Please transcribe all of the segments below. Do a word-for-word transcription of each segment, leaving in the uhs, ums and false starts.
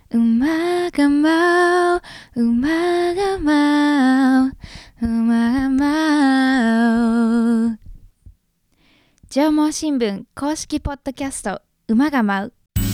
馬が舞う、馬が舞う、馬が舞う。上毛新聞公式ポッドキャスト、馬が舞う。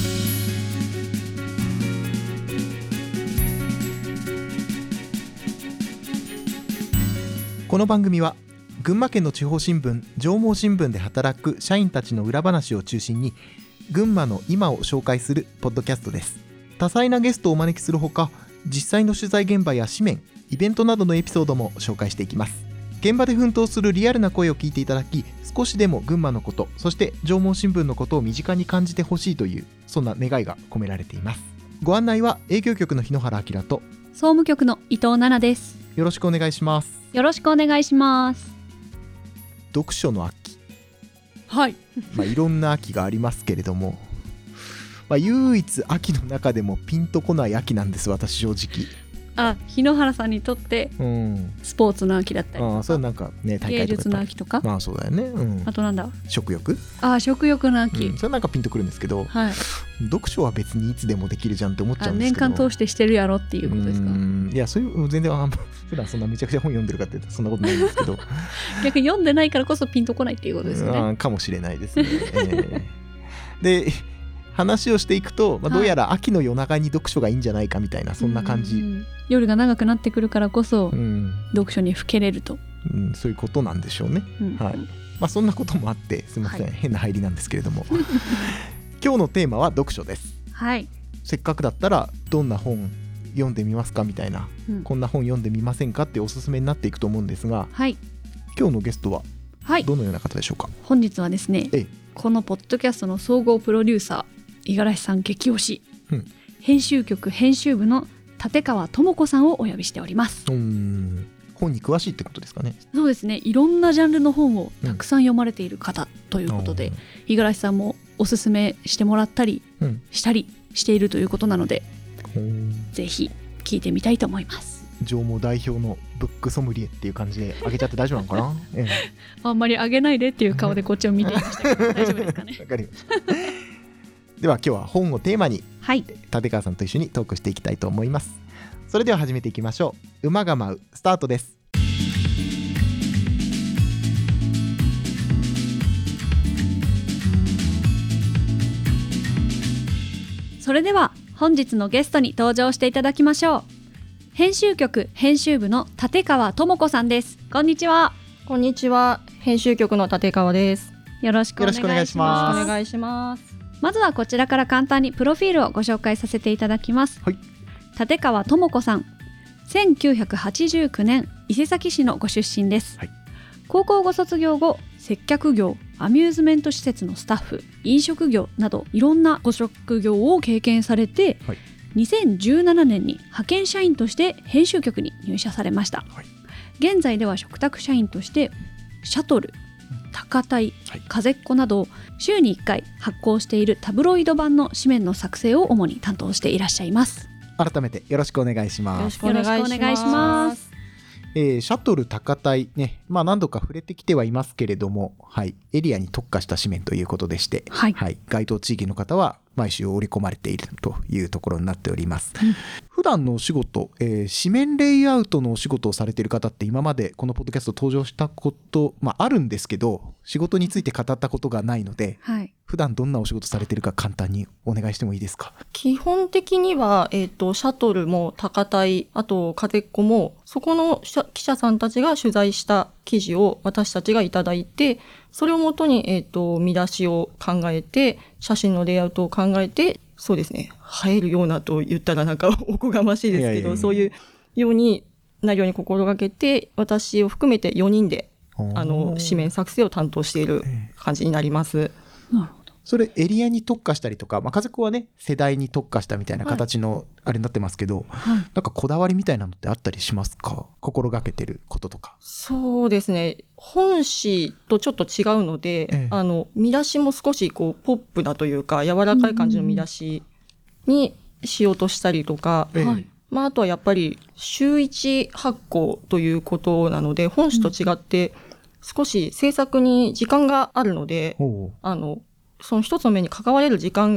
この番組は群馬県の地方新聞上毛新聞で働く社員たちの裏話を中心に群馬の今を紹介するポッドキャストです。多彩なゲストをお招きするほか、実際の取材現場や紙面、イベントなどのエピソードも紹介していきます。現場で奮闘するリアルな声を聞いていただき、少しでも群馬のこと、そして上毛新聞のことを身近に感じてほしいという、そんな願いが込められています。ご案内は営業局の日野原明と総務局の伊藤奈々です。 よろしくお願いします。 よろしくお願いします。 読書の秋、 はい、 まあ、いろんな秋がありますけれども、まあ、唯一秋の中でもピンとこない秋なんです、私正直。 あ、日野原さんにとってスポーツの秋だったりとか、 うん、あ、それなんかね、大会とか芸術の秋とか、 まあそうだよね、うん、 あとなんだ、 食欲、 あ、食欲の秋、 うん、それなんかピンとくるんですけど、はい、読書は別にいつでもできるじゃんって思っちゃうんですけど、 あ、年間通してしてるやろっていうことですか。 うん、いや、そういう全然普段そんなめちゃくちゃ本読んでるかってそんなことないんですけど逆に読んでないからこそピンとこないっていうことですね。 あ、かもしれないですね、えー、で話をしていくと、まあ、どうやら秋の夜長に読書がいいんじゃないかみたいな、そんな感じ、うん、 夜が長くなってくるからこそ、うん、読書にふけれると、 うん、そういうことなんでしょうね、うん、はい、まあ、そんなこともあってすみません、はい、変な入りなんですけれども今日のテーマは読書です、 はい、 せっかくだったらどんな本読んでみますかみたいな、うん、こんな本読んでみませんかっておすすめになっていくと思うんですが、はい、今日のゲストはどのような方でしょうか。はい、 本日はですね、ええ、このポッドキャストの総合プロデューサー五十嵐さん激推し、うん、編集局編集部の立川智子さんをお呼びしております。 うーん、本に詳しいってことですかね。 そうですね、いろんなジャンルの本をたくさん読まれている方ということで、五十嵐さんもおすすめしてもらったりしたりしているということなので、うん、ぜひ聞いてみたいと思います。 上毛代表のブックソムリエっていう感じであげちゃって大丈夫なのかな、ええ、 あんまりあげないでっていう顔でこっちを見ていましたけど大丈夫ですかね。 わかりましたでは今日は本をテーマに、はい、立川さんと一緒にトークしていきたいと思います。それでは始めていきましょう。馬が舞うスタートです。 それでは本日のゲストに登場していただきましょう。編集局編集部の立川智子さんです。こんにちは。 こんにちは。編集局の立川です。 よろしくお願いします。 よろしくお願いします。 お願いします。 まずはこちらから簡単にプロフィールをご紹介させていただきます。はい、立川智子さん、せんきゅうひゃくはちじゅうきゅうねん伊勢崎市のご出身です。はい、高校ご卒業後、接客業、アミューズメント施設のスタッフ、飲食業などいろんなご職業を経験されて、はい、にせんじゅうななねんに派遣社員として編集局に入社されました。はい、現在では嘱託社員としてシャトル、高台、風っ子など週にいっかい発行しているタブロイド版の紙面の作成を主に担当していらっしゃいます。 改めてよろしくお願いします。 よろしくお願いします。 えー、シャトル高台ね、まあ何度か触れてきてはいますけれども、はい、エリアに特化した紙面ということでして、はいはい、該当地域の方は毎週織り込まれているというところになっております。うん、普段のお仕事、えー、紙面レイアウトのお仕事をされている方って今までこのポッドキャスト登場したこと、まあ、あるんですけど、仕事について語ったことがないので、はい、普段どんなお仕事されているか簡単にお願いしてもいいですか。 基本的には、えーと、シャトルも高台、あと風っ子もそこの記者さんたちが取材した記事を私たちがいただいて、それをもとに、えーと、見出しを考えて、写真のレイアウトを考えて、そうですね、映えるようなと言ったらなんかおこがましいですけど、いやいやいや、そういうように内容に心がけて、私を含めてよにんであの紙面作成を担当している感じになります。 なるほど。 それエリアに特化したりとか、まあ、風子はね世代に特化したみたいな形のあれになってますけど、はい、なんかこだわりみたいなのってあったりしますか。心がけてることとか。 そうですね、本誌とちょっと違うので、ええ、あの見出しも少しこうポップなというか柔らかい感じの見出しにしようとしたりとか、ええ、まあ、あとはやっぱり週いち発行ということなので、本誌と違って少し制作に時間があるので、うん、あのその一つの面に関われる時間が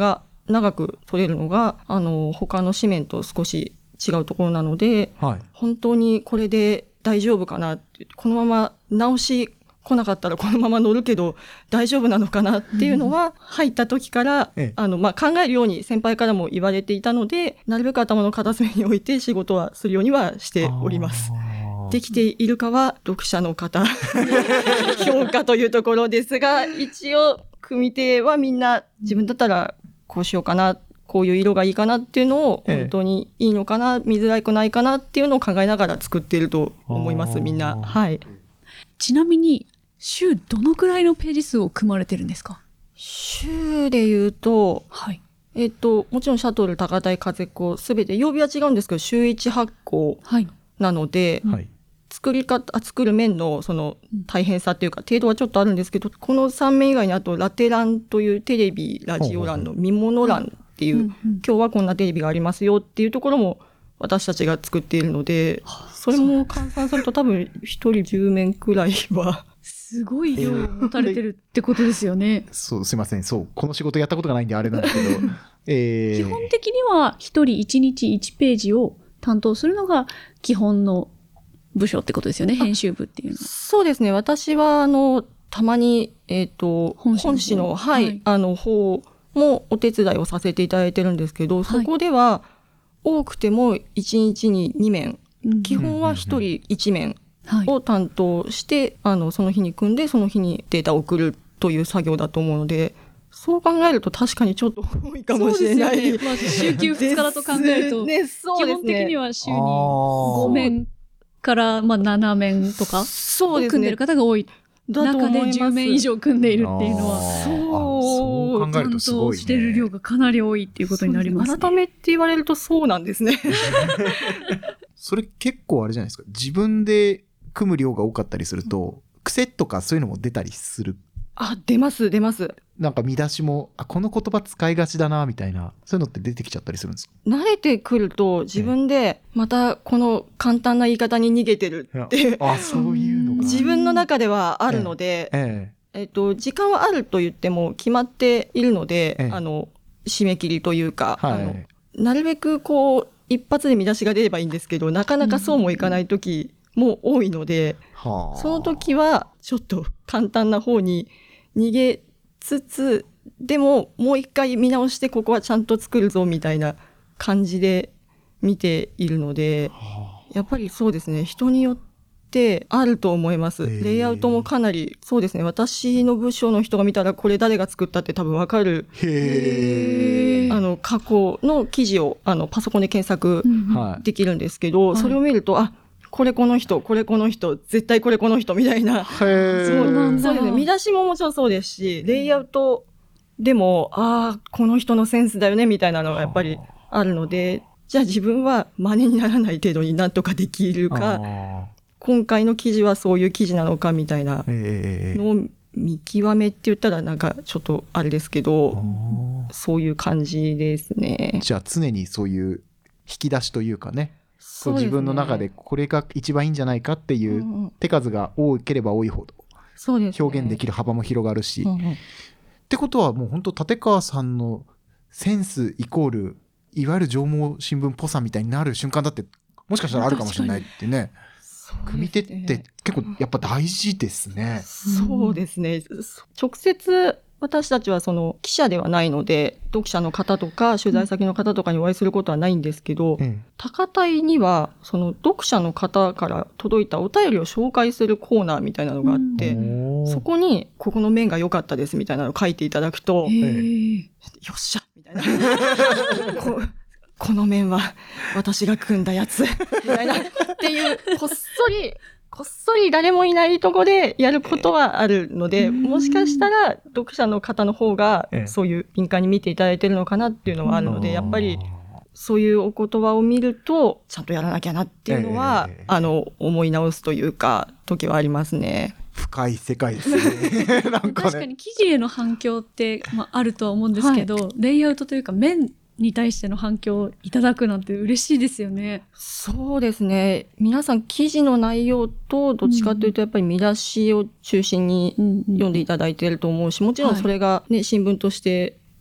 長く取れるのがあの他の紙面と少し違うところなので、 はい、 本当にこれで大丈夫かなって、このまま直し来なかったらこのまま乗るけど大丈夫なのかなっていうのは入った時から、 ええ、 あのまあ、考えるように先輩からも言われていたので、なるべく頭の片隅に置いて仕事はするようにはしております。できているかは読者の方評価というところですが、一応組手はみんな自分だったらこうしようかな、こういう色がいいかなっていうのを本当にいいのかな、ええ、見づらくないかなっていうのを考えながら作っていると思います、みんな。はい。 ちなみに週どのくらいのページ数を組まれてるんですか？ 週で言うと、はい、えっともちろんシャトル、高台、風子すべて曜日は違うんですけど週いち発行なので、はい、作り方作る面のその大変さっていうか程度はちょっとあるんですけど、このさん面以外にあとラテ欄というテレビラジオ欄の見物欄っていう、うんうん、今日はこんなテレビがありますよっていうところも私たちが作っているので、それも換算すると多分一人じゅう面くらいはすごい量を持たれてるってことですよね。 そう、すいません。そう、この仕事やったことがないんであれなんですけど、 えー、基本的には一人一日いちページを担当するのが基本の部署ってことですよね。編集部っていうのは。 そうですね。私はあのたまにえっと本誌のはい、はい、あの方もお手伝いをさせていただいてるんですけど、はい、そこでは多くてもいちにちにに面、うん、基本はひとりいち面を担当して、はい、あのその日に組んでその日にデータを送るという作業だと思うので、そう考えると確かにちょっと多いかもしれない。そうですよね。まあ、週休ふつかだと考えると、ね、そうですね、基本的には週にご面からまあなな面とかを組んでる方が多い。中でじゅう面以上組んでいるっていうのは、 そう、そう考えるとすごいね。 担当してる量がかなり多いっていうことになりますね。 改めって言われるとそうなんですね。 それ結構あれじゃないですか。自分で組む量が多かったりすると、癖とかそういうのも出たりする。 あ、出ます出ます。 なんか見出しも、あ、この言葉使いがちだなみたいな、そういうのって出てきちゃったりするんですか？ 慣れてくると自分でまたこの簡単な言い方に逃げてるっていう、 あ、そういうのが自分の中ではあるので、えええっと、時間はあると言っても決まっているので、ええ、あの締め切りというか、はい、あのなるべくこう一発で見出しが出ればいいんですけど、なかなかそうもいかない時も多いので、うん、その時はちょっと簡単な方に逃げつつ、でももう一回見直してここはちゃんと作るぞみたいな感じで見ているので、やっぱりそうですね、人によってあると思います。レイアウトもかなりそうですね、私の部署の人が見たらこれ誰が作ったって多分わかる。へー、あの過去の記事をあのパソコンで検索できるんですけど、うん、それを見ると、はい、あ、これこの人、これこの人、絶対これこの人みたいな。へー、そうなんだ。そうですね。見出しももちろんそうですし、レイアウトでも、ああ、この人のセンスだよねみたいなのがやっぱりあるので、じゃあ自分は真似にならない程度になんとかできるか、今回の記事はそういう記事なのかみたいなのを見極めって言ったらなんかちょっとあれですけど、そういう感じですね。 じゃあ常にそういう引き出しというかね、そう自分の中でこれが一番いいんじゃないかっていう手数が多ければ多いほど表現できる幅も広がるし、うんうん、ってことはもう本当立川さんのセンスイコールいわゆる上毛新聞っぽさみたいになる瞬間だってもしかしたらあるかもしれないってね。組み手って結構やっぱ大事ですね。 そうですね。直接私たちはその記者ではないので、読者の方とか取材先の方とかにお会いすることはないんですけど、うん、高台にはその読者の方から届いたお便りを紹介するコーナーみたいなのがあって、うん、そこにここの面が良かったですみたいなのを書いていただくと、よっしゃみたいなこ, この面は私が組んだやつみたいなっていうこっそりこっそり誰もいないとこでやることはあるので、もしかしたら読者の方の方がそういう敏感に見ていただいてるのかなっていうのはあるので、やっぱりそういうお言葉を見るとちゃんとやらなきゃなっていうのは、あの思い直すというか時はありますね。 深い世界ですね。なんかね、 確かに記事への反響って、まあ、あるとは思うんですけど、はい、レイアウトというか面に対しての反響をいただくなんて嬉しいですよね。 そうですね。皆さん記事の内容とどっちかというとやっぱり見出しを中心に読んでいただいていると思うし、もちろんそれがね、新聞として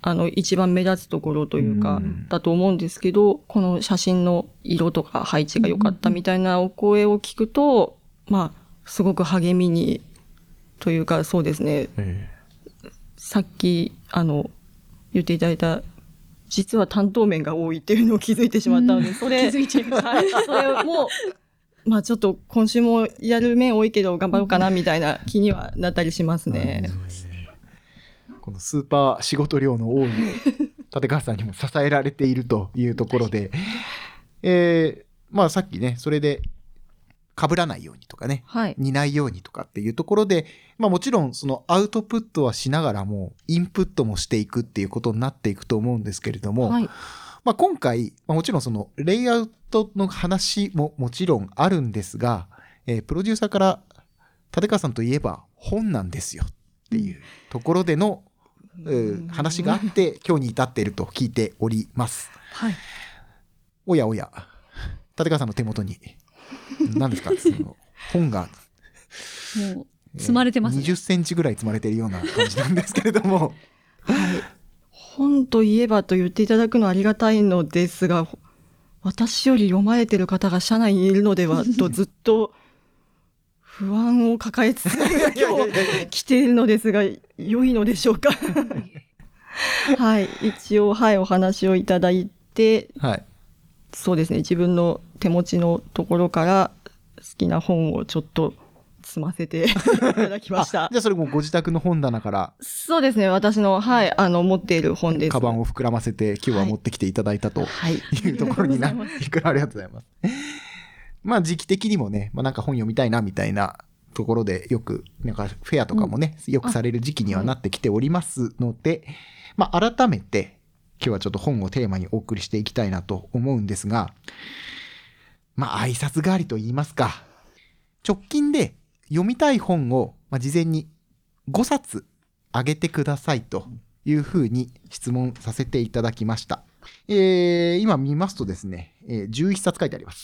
あの、一番目立つところというかう、んだと思うんですけど、この写真の色とか配置が良かったみたいなお声を聞くと、まあ、すごく励みに、というか、そうですね、 えさっき、あの、言っていただいた、実は担当面が多いっていうのを気づいてしまったので、それ、 気づいちゃいましたはい、それも、まあちょっと今週もやる面多いけど頑張ろうかなみたいな気にはなったりしますね。 このスーパー仕事量の多い立川さんにも支えられているというところで、えーまあさっきね、それで被らないようにとかね、 はい。 似ないようにとかっていうところで、まあもちろんそのアウトプットはしながらも、インプットもしていくっていうことになっていくと思うんですけれども、 はい。 まあ今回、まあ、もちろんそのレイアウトの話ももちろんあるんですが、えープロデューサーから立川さんといえば本なんですよっていうところでの、うん話があって今日に至っていると聞いております。 はい。 おやおや、立川さんの手元に何ですかその本がもう積まれてますね。 にじゅっセンチぐらい積まれているような感じなんですけれどもはい。本といえばと言っていただくのはありがたいのですが、私より読まれてる方が社内にいるのではとずっと不安を抱えつつ今日来ているのですが、良いのでしょうか。はい。一応、はい、お話をいただいて、 はいそうですね、自分の手持ちのところから好きな本をちょっと積ませていただきましあた。 じゃあそれもご自宅の本棚からそうですね、私の、はい、あの、持っている本です。 カバンを膨らませて今日は持ってきていただいたとはい。 いうところになっていくありがとうございます。まあ時期的にもね、まあなんか本読みたいなみたいなところでよく、なんかフェアとかもね、よくされる時期にはなってきておりますので、まあ改めて今日はちょっと本をテーマにお送りしていきたいなと思うんですが、まあ挨拶代わりと言いますか、直近で読みたい本を、まあ、事前にごさつあげてくださいというふうに質問させていただきました。えー、今見ますとですね、えー、じゅういっさつ書いてあります。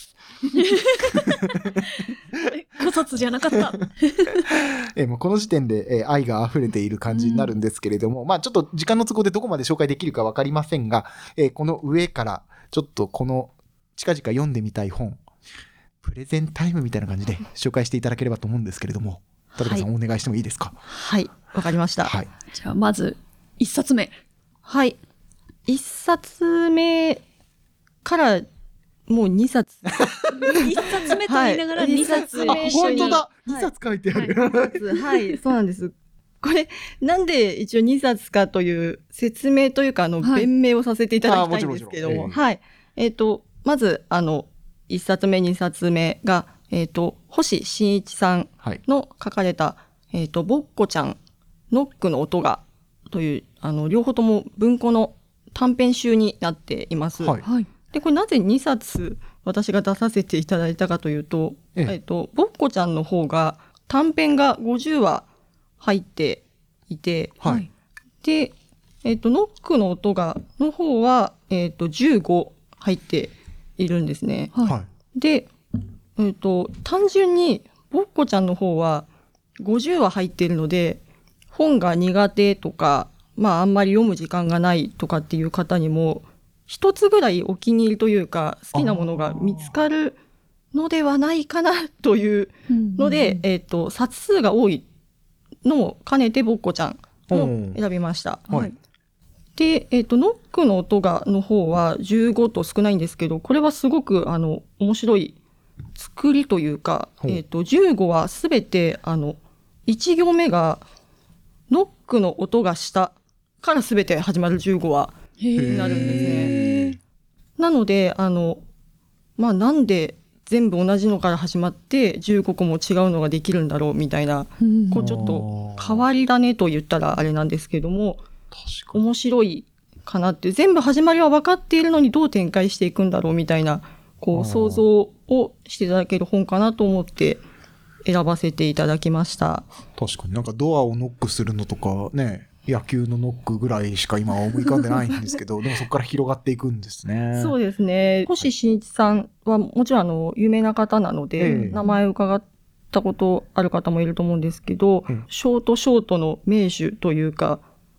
ごさつじゃなかった。 えーもうこの時点で、えー愛が溢れている感じになるんですけれども、うん、まあちょっと時間の都合でどこまで紹介できるかわかりませんが、えーこの上からちょっとこの近々読んでみたい本、プレゼンタイムみたいな感じで紹介していただければと思うんですけれども、立川さん、お願いしてもいいですか？ はい、わかりました。 はい。 じゃあまず一冊目。 はい。一冊目からもう二冊。 一冊目と言いながらはい二冊あ、 一緒に本当だは !にい冊書いてある。 はい、そうなんです。これ、なんで一応にさつかという説明というか、あの、 はい弁明をさせていただきたいんですけども、 あもちろんもちろんはい。えっ、と、まず、あの、いっさつめ、にさつめが、えっ、と、星新一さんはい。 の書かれた、えっ、と、ぼっこちゃん、ノックの音が、という、あの、両方とも文庫の短編集になっています。 はいはい。 で、これなぜにさつ私が出させていただいたかというと、 えええっと、ぼっこちゃんの方が短編がごじゅうわ入っていて、 はい。 で、えっと、ノックの音が、の方は、えっと、じゅうご入っているんですね。 はい。 はい。 で、えっと、単純に、ぼっこちゃんの方はごじゅうわ入っているので、本が苦手とか、まあ、あんまり読む時間がないとかっていう方にも、一つぐらいお気に入りというか、好きなものが見つかるのではないかなというので、えっと、冊数が多いのを兼ねてぼっこちゃんを選びました。 はい。 で、えっと、ノックの音がの方はじゅうごと少ないんですけど、これはすごく、あの、面白い作りというか、 ほうえっと、じゅうごはすべて、あの、いち行目が、ノックの音がしたからすべて始まるじゅうごはになるんですね。なので、あの、まあ、なんで全部同じのから始まってじゅうごこも違うのができるんだろうみたいな、 うんこうちょっと変わり種と言ったらあれなんですけども、 確かに。 面白いかなって、全部始まりは分かっているのにどう展開していくんだろうみたいな、こあーう想像をしていただける本かなと思って選ばせていただきました。 確かになんかドアをノックするのとかね、野球のノックぐらいしか今は思い浮かんでないんですけど、でもそこから広がっていくんですね。 そうですね。星新一さんはもちろんあの有名な方なので、 ええ名前を伺ったことある方もいると思うんですけど、 うんショートショートの名手というか、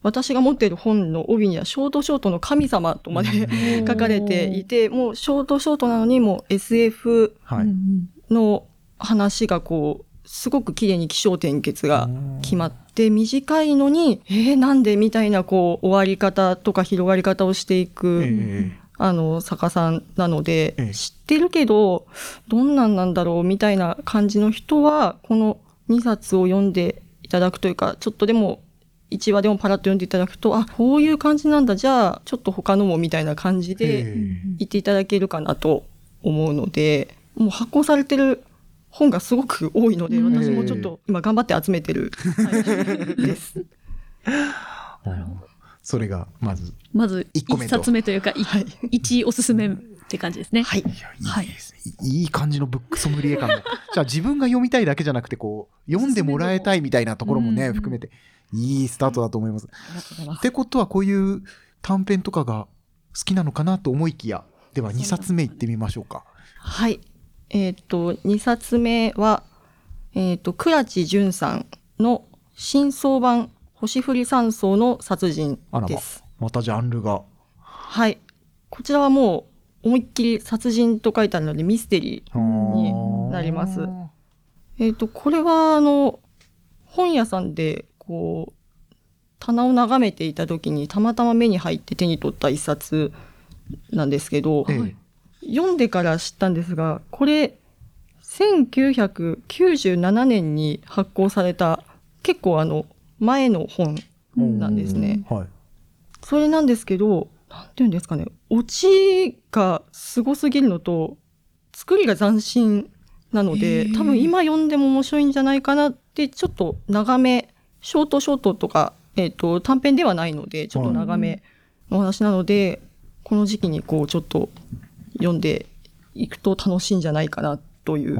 私が持っている本の帯にはショートショートの神様とまで書かれていて、もうショートショートなのにもう エスエフ の話がこうすごく綺麗に起承転結が決まって短いのに、えー、なんでみたいなこう終わり方とか広がり方をしていく、えー、あの作家さんなので、えー、知ってるけどどんなんなんだろうみたいな感じの人はこのにさつを読んでいただくというか、ちょっとでもいちわでもパラッと読んでいただくと、あ、こういう感じなんだ、じゃあちょっと他のもみたいな感じで言っていただけるかなと思うので、もう発行されてる本がすごく多いので、私もちょっと今頑張って集めてるです。 なるほど。それがまずまずいっさつめというか、はい、いちおすすめって感じですね。 はい。いや、いいですね。はい、いい感じのブックソムリエ感も。じゃあ自分が読みたいだけじゃなくて、こう読んでもらえたいみたいなところもね、含めていいスタートだと思います。ありがとうございます。ってことはこういう短編とかが好きなのかなと思いきや、ではにさつめいってみましょうか。 はい。えっと、にさつめは、えっと、倉地淳さんの新装版星降り山荘の殺人です。 ま, またジャンルが。 はい。こちらはもう思いっきり殺人と書いてあるのでミステリーになります。えっと、これはあの、本屋さんでこう、棚を眺めていた時にたまたま目に入って手に取った一冊なんですけど、ええ、読んでから知ったんですが、これせんきゅうひゃくきゅうじゅうななねんに発行された結構あの前の本なんですね。はい、それなんですけど、なんていうんですかね、オチがすごすぎるのと作りが斬新なので、多分今読んでも面白いんじゃないかなって、ちょっと長め、ショートショートとか、えっと、短編ではないのでちょっと長めの話なので、はい、この時期にこうちょっと読んでいくと楽しいんじゃないかなという、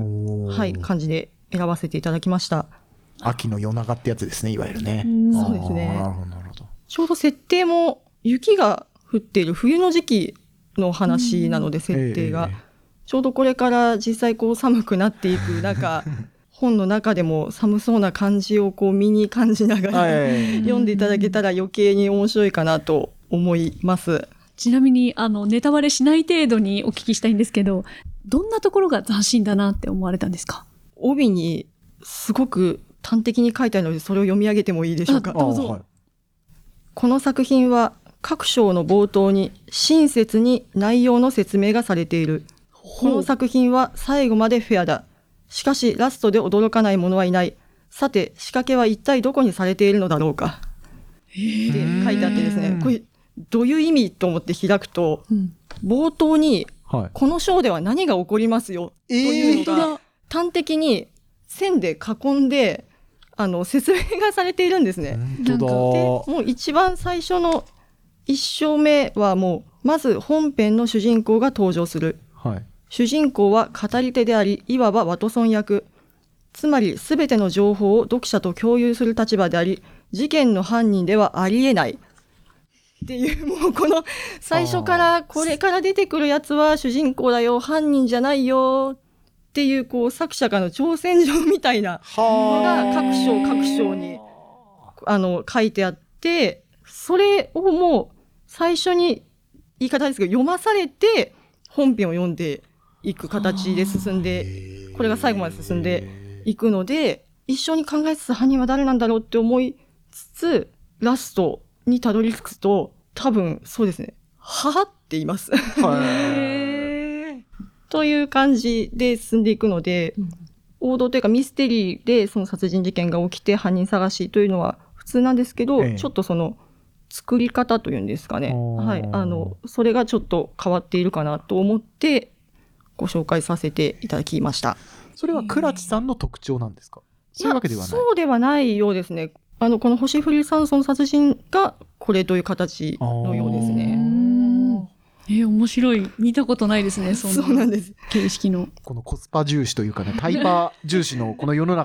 はい、感じで選ばせていただきました。 秋の夜長ってやつですね、いわゆるね。 そうですね。なるほどなるほど。ちょうど設定も雪が降っている冬の時期の話なので、設定が、えー、ちょうどこれから実際こう寒くなっていく中本の中でも寒そうな感じをこう身に感じながら読んでいただけたら余計に面白いかなと思います。 ちなみにあのネタバレしない程度にお聞きしたいんですけど、どんなところが斬新だなって思われたんですか？ 帯にすごく端的に書いてあるので、それを読み上げてもいいでしょうか？どうぞ。はい、この作品は各章の冒頭に親切に内容の説明がされている。この作品は最後までフェアだ。しかしラストで驚かない者はいない。さて仕掛けは一体どこにされているのだろうか。って書いてあってですね、これどういう意味と思って開くと、うん、冒頭に、はい、この章では何が起こりますよというのが端的に線で囲んであの説明がされているんですね。 本当だ。でもう一番最初の一章目はもうまず本編の主人公が登場する。はい、主人公は語り手であり、いわばワトソン役。つまり全ての情報を読者と共有する立場であり、事件の犯人ではありえないっていう、もうこの最初からこれから出てくるやつは主人公だよ、犯人じゃないよっていう、こう作者からの挑戦状みたいなのが各章各章にあの書いてあって、それをもう最初に言い方ですけど読まされて本編を読んでいく形で進んで、これが最後まで進んでいくので、一緒に考えつつ犯人は誰なんだろうって思いつつラストにたどり着くと、多分そうですね、ははって言いますという感じで進んでいくので、うん、王道というかミステリーでその殺人事件が起きて犯人探しというのは普通なんですけど、ええ、ちょっとその作り方というんですかね、はい、あのそれがちょっと変わっているかなと思ってご紹介させていただきました。 それは倉地さんの特徴なんですか？そういうわけではない。 そうではないようですね。あのこの星降り山荘の殺人がこれという形のようですね。 えー、面白い。見たことないですね。そんなそうなんです。 形式のこのコスパ重視というかね、タイパ重視のこの世の中に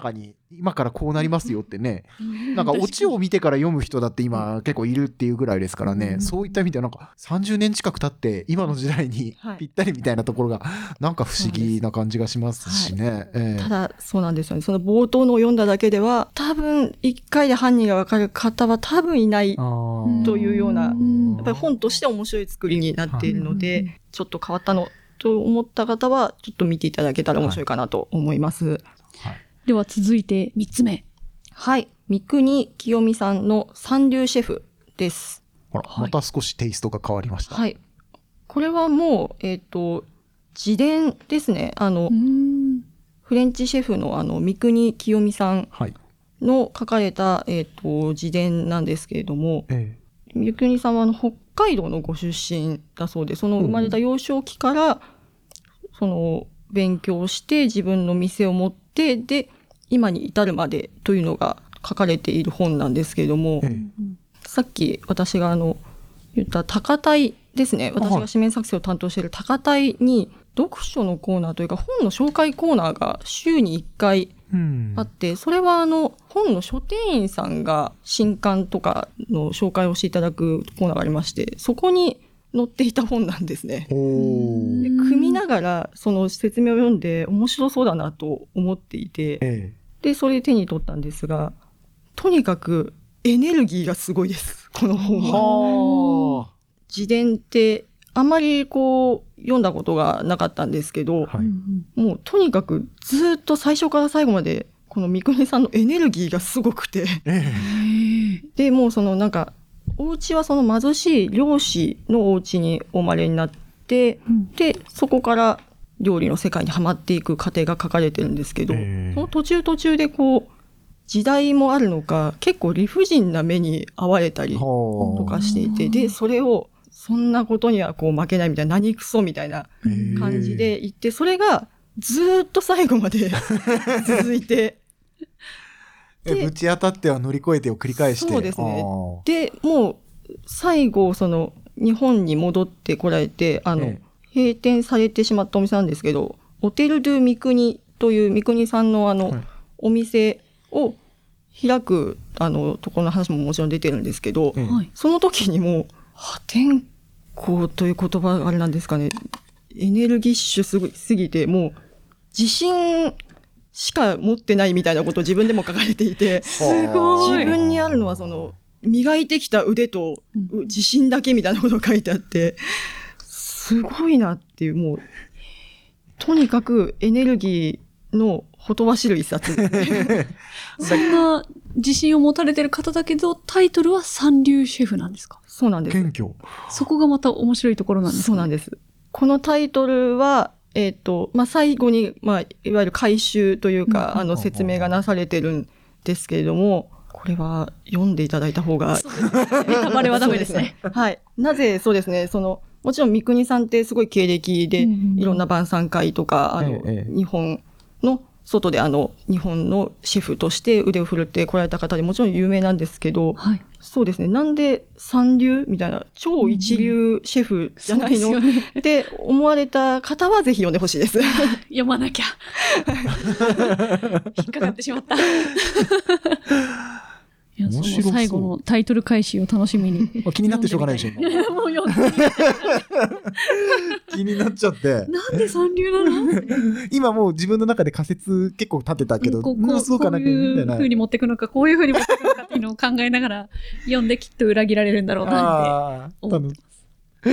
今からこうなりますよってね、なんかオチを見てから読む人だって今結構いるっていうぐらいですからね、うん、そういった意味ではなんかさんじゅうねん近く経って今の時代にぴったりみたいなところがなんか不思議な感じがしますしね、はいえー、 ただそうなんですよね、その冒頭のを読んだだけでは多分いっかいで犯人が分かる方は多分いないというような、やっぱり本として面白い作りになっているので、はい、ちょっと変わったのと思った方はちょっと見ていただけたら面白いかなと思います、はいはいでは続いてみっつめ。 はい。三国清美さんの三流シェフです。 あら、はい、また少しテイストが変わりました。 はい。これはもう、えっと、自伝ですね。あの、フレンチシェフのあの、三国清美さんの書かれた、はい、えっと、自伝なんですけれども、ええ、三国さんはあの北海道のご出身だそうで、その生まれた幼少期から、うん、その、勉強して自分の店を持って、で、今に至るまでというのが書かれている本なんですけれども、うん、さっき私があの言った高台ですね、私が紙面作成を担当している高台に読書のコーナーというか本の紹介コーナーが週にいっかいあって、うん、それはあの本の書店員さんが新刊とかの紹介をしていただくコーナーがありまして、そこに載っていた本なんですね。で組みながらその説明を読んで面白そうだなと思っていて、ええ、でそれで手に取ったんですが、とにかくエネルギーがすごいです、この本は。は自伝ってあんまりこう読んだことがなかったんですけど、はい、もうとにかくずっと最初から最後までこの三國さんのエネルギーがすごくて、ええ、でもうそのなんかお家はその貧しい漁師のお家にお生まれになって、うん、でそこから料理の世界にはまっていく過程が書かれてるんですけど、えー、その途中途中でこう時代もあるのか結構理不尽な目に遭われたりとかしていて、でそれをそんなことにはこう負けないみたいな、何クソみたいな感じで言って、それがずっと最後まで続いてぶち当たっては乗り越えてを繰り返して、 そうですね。でもう最後その日本に戻ってこられて、あの、ええ、閉店されてしまったお店なんですけど、オテル・ドゥ・三國という三國さんのあの、はい、お店を開くあのところの話ももちろん出てるんですけど、ええ、その時にも破天荒という言葉あれなんですかね、エネルギッシュすぎ、すぎてもう自信しか持ってないみたいなことを自分でも書かれていて、すごい自分にあるのはその磨いてきた腕と自信だけみたいなことが書いてあって、すごいなっていう、もうとにかくエネルギーのほとばしる一冊そんな自信を持たれてる方だけどタイトルは三流シェフなんですか？ そうなんです。 謙虚。 そこがまた面白いところなんですか？ そうなんです。このタイトルはえっと、まあ、最後に、まあ、いわゆる回収というか、うん、あの、説明がなされてるんですけれども、これは読んでいただいた方が。 ネタバレはダメですね。 はい。なぜ、そうですね、その、もちろん三國さんってすごい経歴で、うんうん、いろんな晩餐会とか、あの、ええ、日本の、外であの、日本のシェフとして腕を振るって来られた方でもちろん有名なんですけど、はい、そうですね、なんで三流みたいな、超一流シェフじゃないの、うんうんね、って思われた方はぜひ読んでほしいです。 読まなきゃ。引っかかってしまった。いや、その最後のタイトル回収を楽しみに。 気になってしょうがないでしょ、今。もう読んで気になっちゃって。 なんで三流なの？ 今もう自分の中で仮説結構立てたけど、 こうこうそうかな、こういう風に持っていくのか、こういう風に持っていくのかっていうのを考えながら読んできっと裏切られるんだろうなって思ってます。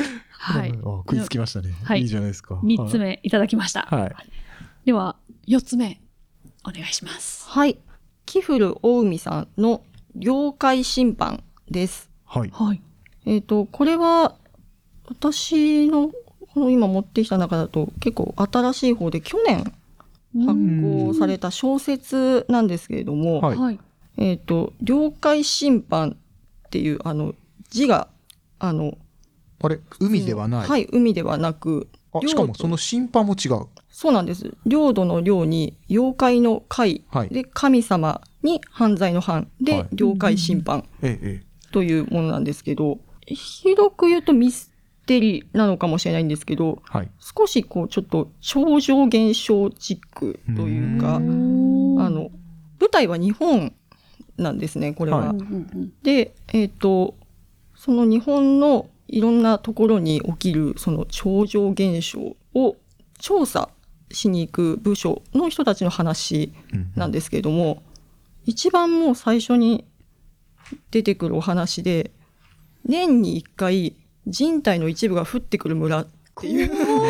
はい。 食いつきましたね。はい。いいじゃないですか。 三つ目いただきました。はい。では四つ目お願いします。 はい。キフル大海さんの妖怪審判です。 はい。はい。 えっと、これは、私の、この今持ってきた中だと結構新しい方で去年発行された小説なんですけれども、はい。えっと、妖怪審判っていう、あの、字が、あの、 あれ、海ではない。 はい、海ではなく、 あ、しかもその審判も違う。 そうなんです。領土の領に妖怪の怪、はい、で神様に犯罪の犯で、はい、妖怪審判というものなんですけど、ええ、広く言うとミステリーなのかもしれないんですけど、はい、少しこうちょっと超常現象チックというか、うあの舞台は日本なんですね、これは。 はいうんうんで、えっと、その日本のいろんなところに起きるその超常現象を調査しに行く部署の人たちの話なんですけれども、一番もう最初に出てくるお話で、年に一回人体の一部が降ってくる村っていう。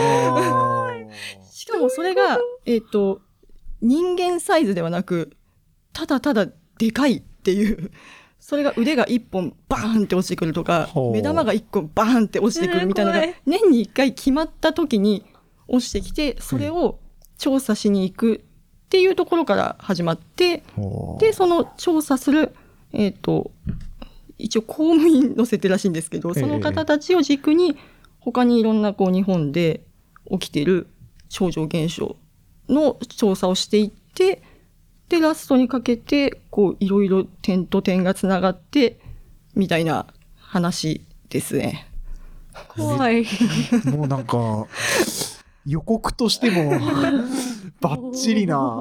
しかもそれが、えっと、人間サイズではなく、ただただでかいっていう。それが腕が一本バーンって落ちてくるとかほう、 目玉が一個バーンって落ちてくるみたいなのがえー怖い年に一回決まった時に落ちてきて、それを調査しに行くっていうところから始まって、 ほうで、その調査する、えっと、一応公務員の設定らしいんですけど、その方たちを軸に他にいろんなこう日本で起きている超常現象の調査をしていって、で、ラストにかけて、こう、いろいろ点と点がつながって、みたいな話ですね。 怖い。 もうなんか予告としてもバッチリな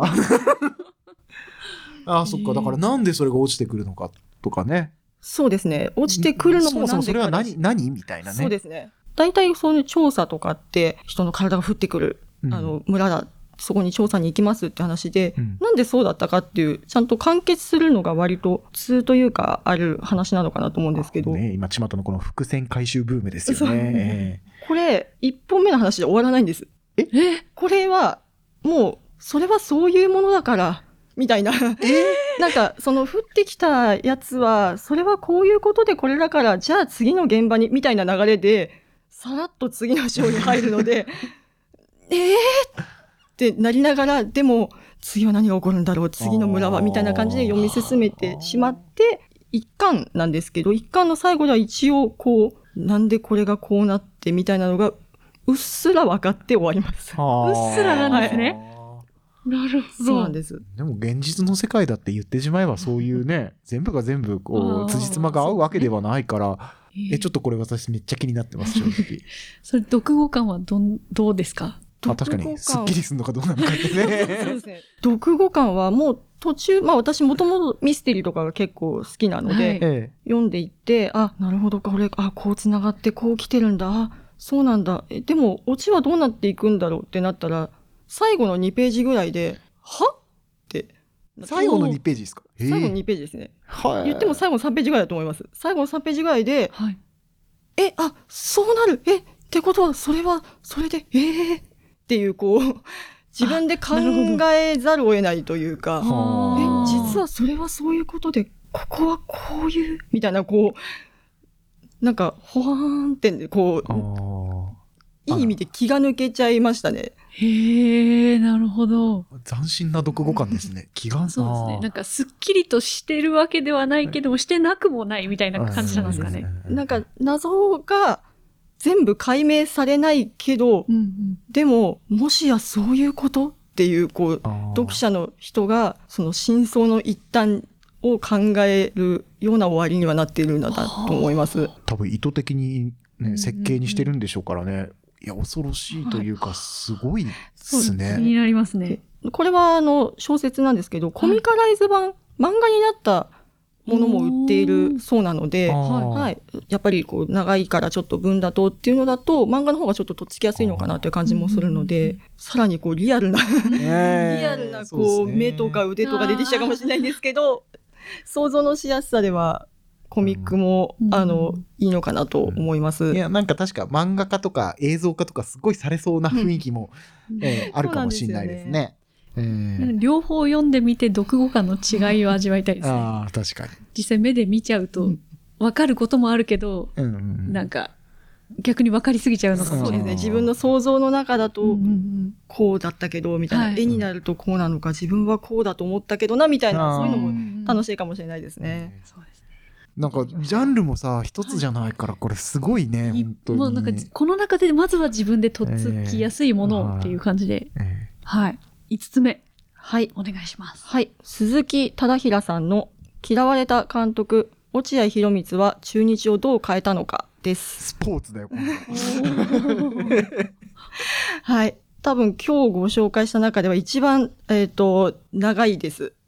あーそっか、だからなんでそれが落ちてくるのかとかね、 そうですね。落ちてくるのそもそもそれはもなんでかだし何何みたいなね。 そうですね。大体そういう調査とかって人の体が降ってくる、 うんあの村だ、そこに調査に行きますって話で、 うんなんでそうだったかっていうちゃんと完結するのが割と普通というかある話なのかなと思うんですけど、 ね、今巷のこの伏線回収ブームですよそうね。 これいっぽんめの話で終わらないんです。 えこれはもうそれはそういうものだからみたいな、なんかその降ってきたやつはそれはこういうことでこれだからじゃあ次の現場にみたいな流れでさらっと次の章に入るのでえーってなりながら、でも次は何が起こるんだろう、次の村はみたいな感じで読み進めてしまって一巻なんですけど、一巻の最後では一応こうなんでこれがこうなってみたいなのがうっすら分かって終わります。 あーうっすらなんですねなるほど。 そうなんです。 でも現実の世界だって言ってしまえばそういうね全部が全部こあーう辻褄が合うわけではないから、えちょっと。 とこれ私めっちゃ気になってます正直。 それ、読後感はどん、どうですか？ あ確かにすっきりするのかどうなのかってそうね。 ですね。読後感はもう途中、まあ私もともとミステリーとかが結構好きなので、 はいえ読んでいって、あ、なるほど、これ、あ、こう繋がってこう来てるんだ、あ、そうなんだ。え、でも、オチはどうなっていくんだろうってなったら、最後のにページぐらいで、はって。 え最後のにページですか。 最後のにページですね。 はい言っても最後のさんページぐらいだと思います。最後のさんページぐらいで、 はい。 え、あ、そうなる、え、ってことは、それは、それで、えー、っていう、こう、自分で考えざるを得ないというか、え、 はあ実はそれはそういうことで、ここはこういう、みたいな、こう、なんか、ほわーんって、こあう、 ーいい意味で気が抜けちゃいましたね。 へえ、なるほど。 斬新な読後感ですね。気がそうですね。 あーなんか、すっきりとしてるわけではないけども、してなくもないみたいな感じなんですかね。 なんか、謎が全部解明されないけど、 うんうん。 でも、もしやそういうことっていう、こう、 あー読者の人が、その真相の一端を考えるような終わりにはなっているんだなと思います。 多分意図的に、 うんうんうんね、設計にしてるんでしょうからね。いや恐ろしいというかすごいです気ね。 になりますね。 これはあの小説なんですけど、コミカライズ版、漫画になったものも売っているそうなので、 あーはい、やっぱりこう長いからちょっと文だとっていうのだと漫画の方がちょっととっつきやすいのかなという感じもするのうんうんで、 うんさらにこうリアルなねえリアルなそうですねこう目とか腕とか出てきちゃうかもしれないんですけど、想像のしやすさではコミックも、 うんあのいいのかなと思います。 いやなんか確か漫画家とか映像化とかすごいされそうな雰囲気も、えーあるかもしれないですね。えー両方読んでみて読後感の違いを味わいたいですね。 ああ確かに。 実際目で見ちゃうと分かることもあるけど、 うんうんうんなんか逆に分かりすぎちゃうのかもしれない。 そうですね。自分の想像の中だと、 うんうんうんこうだったけどみたいな、 はい絵になるとこうなのか、自分はこうだと思ったけどなみたいな、 あーそういうのもも楽しいかもしれないですね。 そうですね。 なんかジャンルもさ一つじゃないからこれすごいね、 い本当に。 もうなんかこの中でまずは自分でとっつきやすいものをっていう感じで、 えはい。いつつめはい。 お願いします。 はい。鈴木忠平さんの嫌われた監督、落合博満は中日をどう変えたのかでーす。 スポーツだよこれ。 はい。多分今日ご紹介した中では一番、えっと、長いです。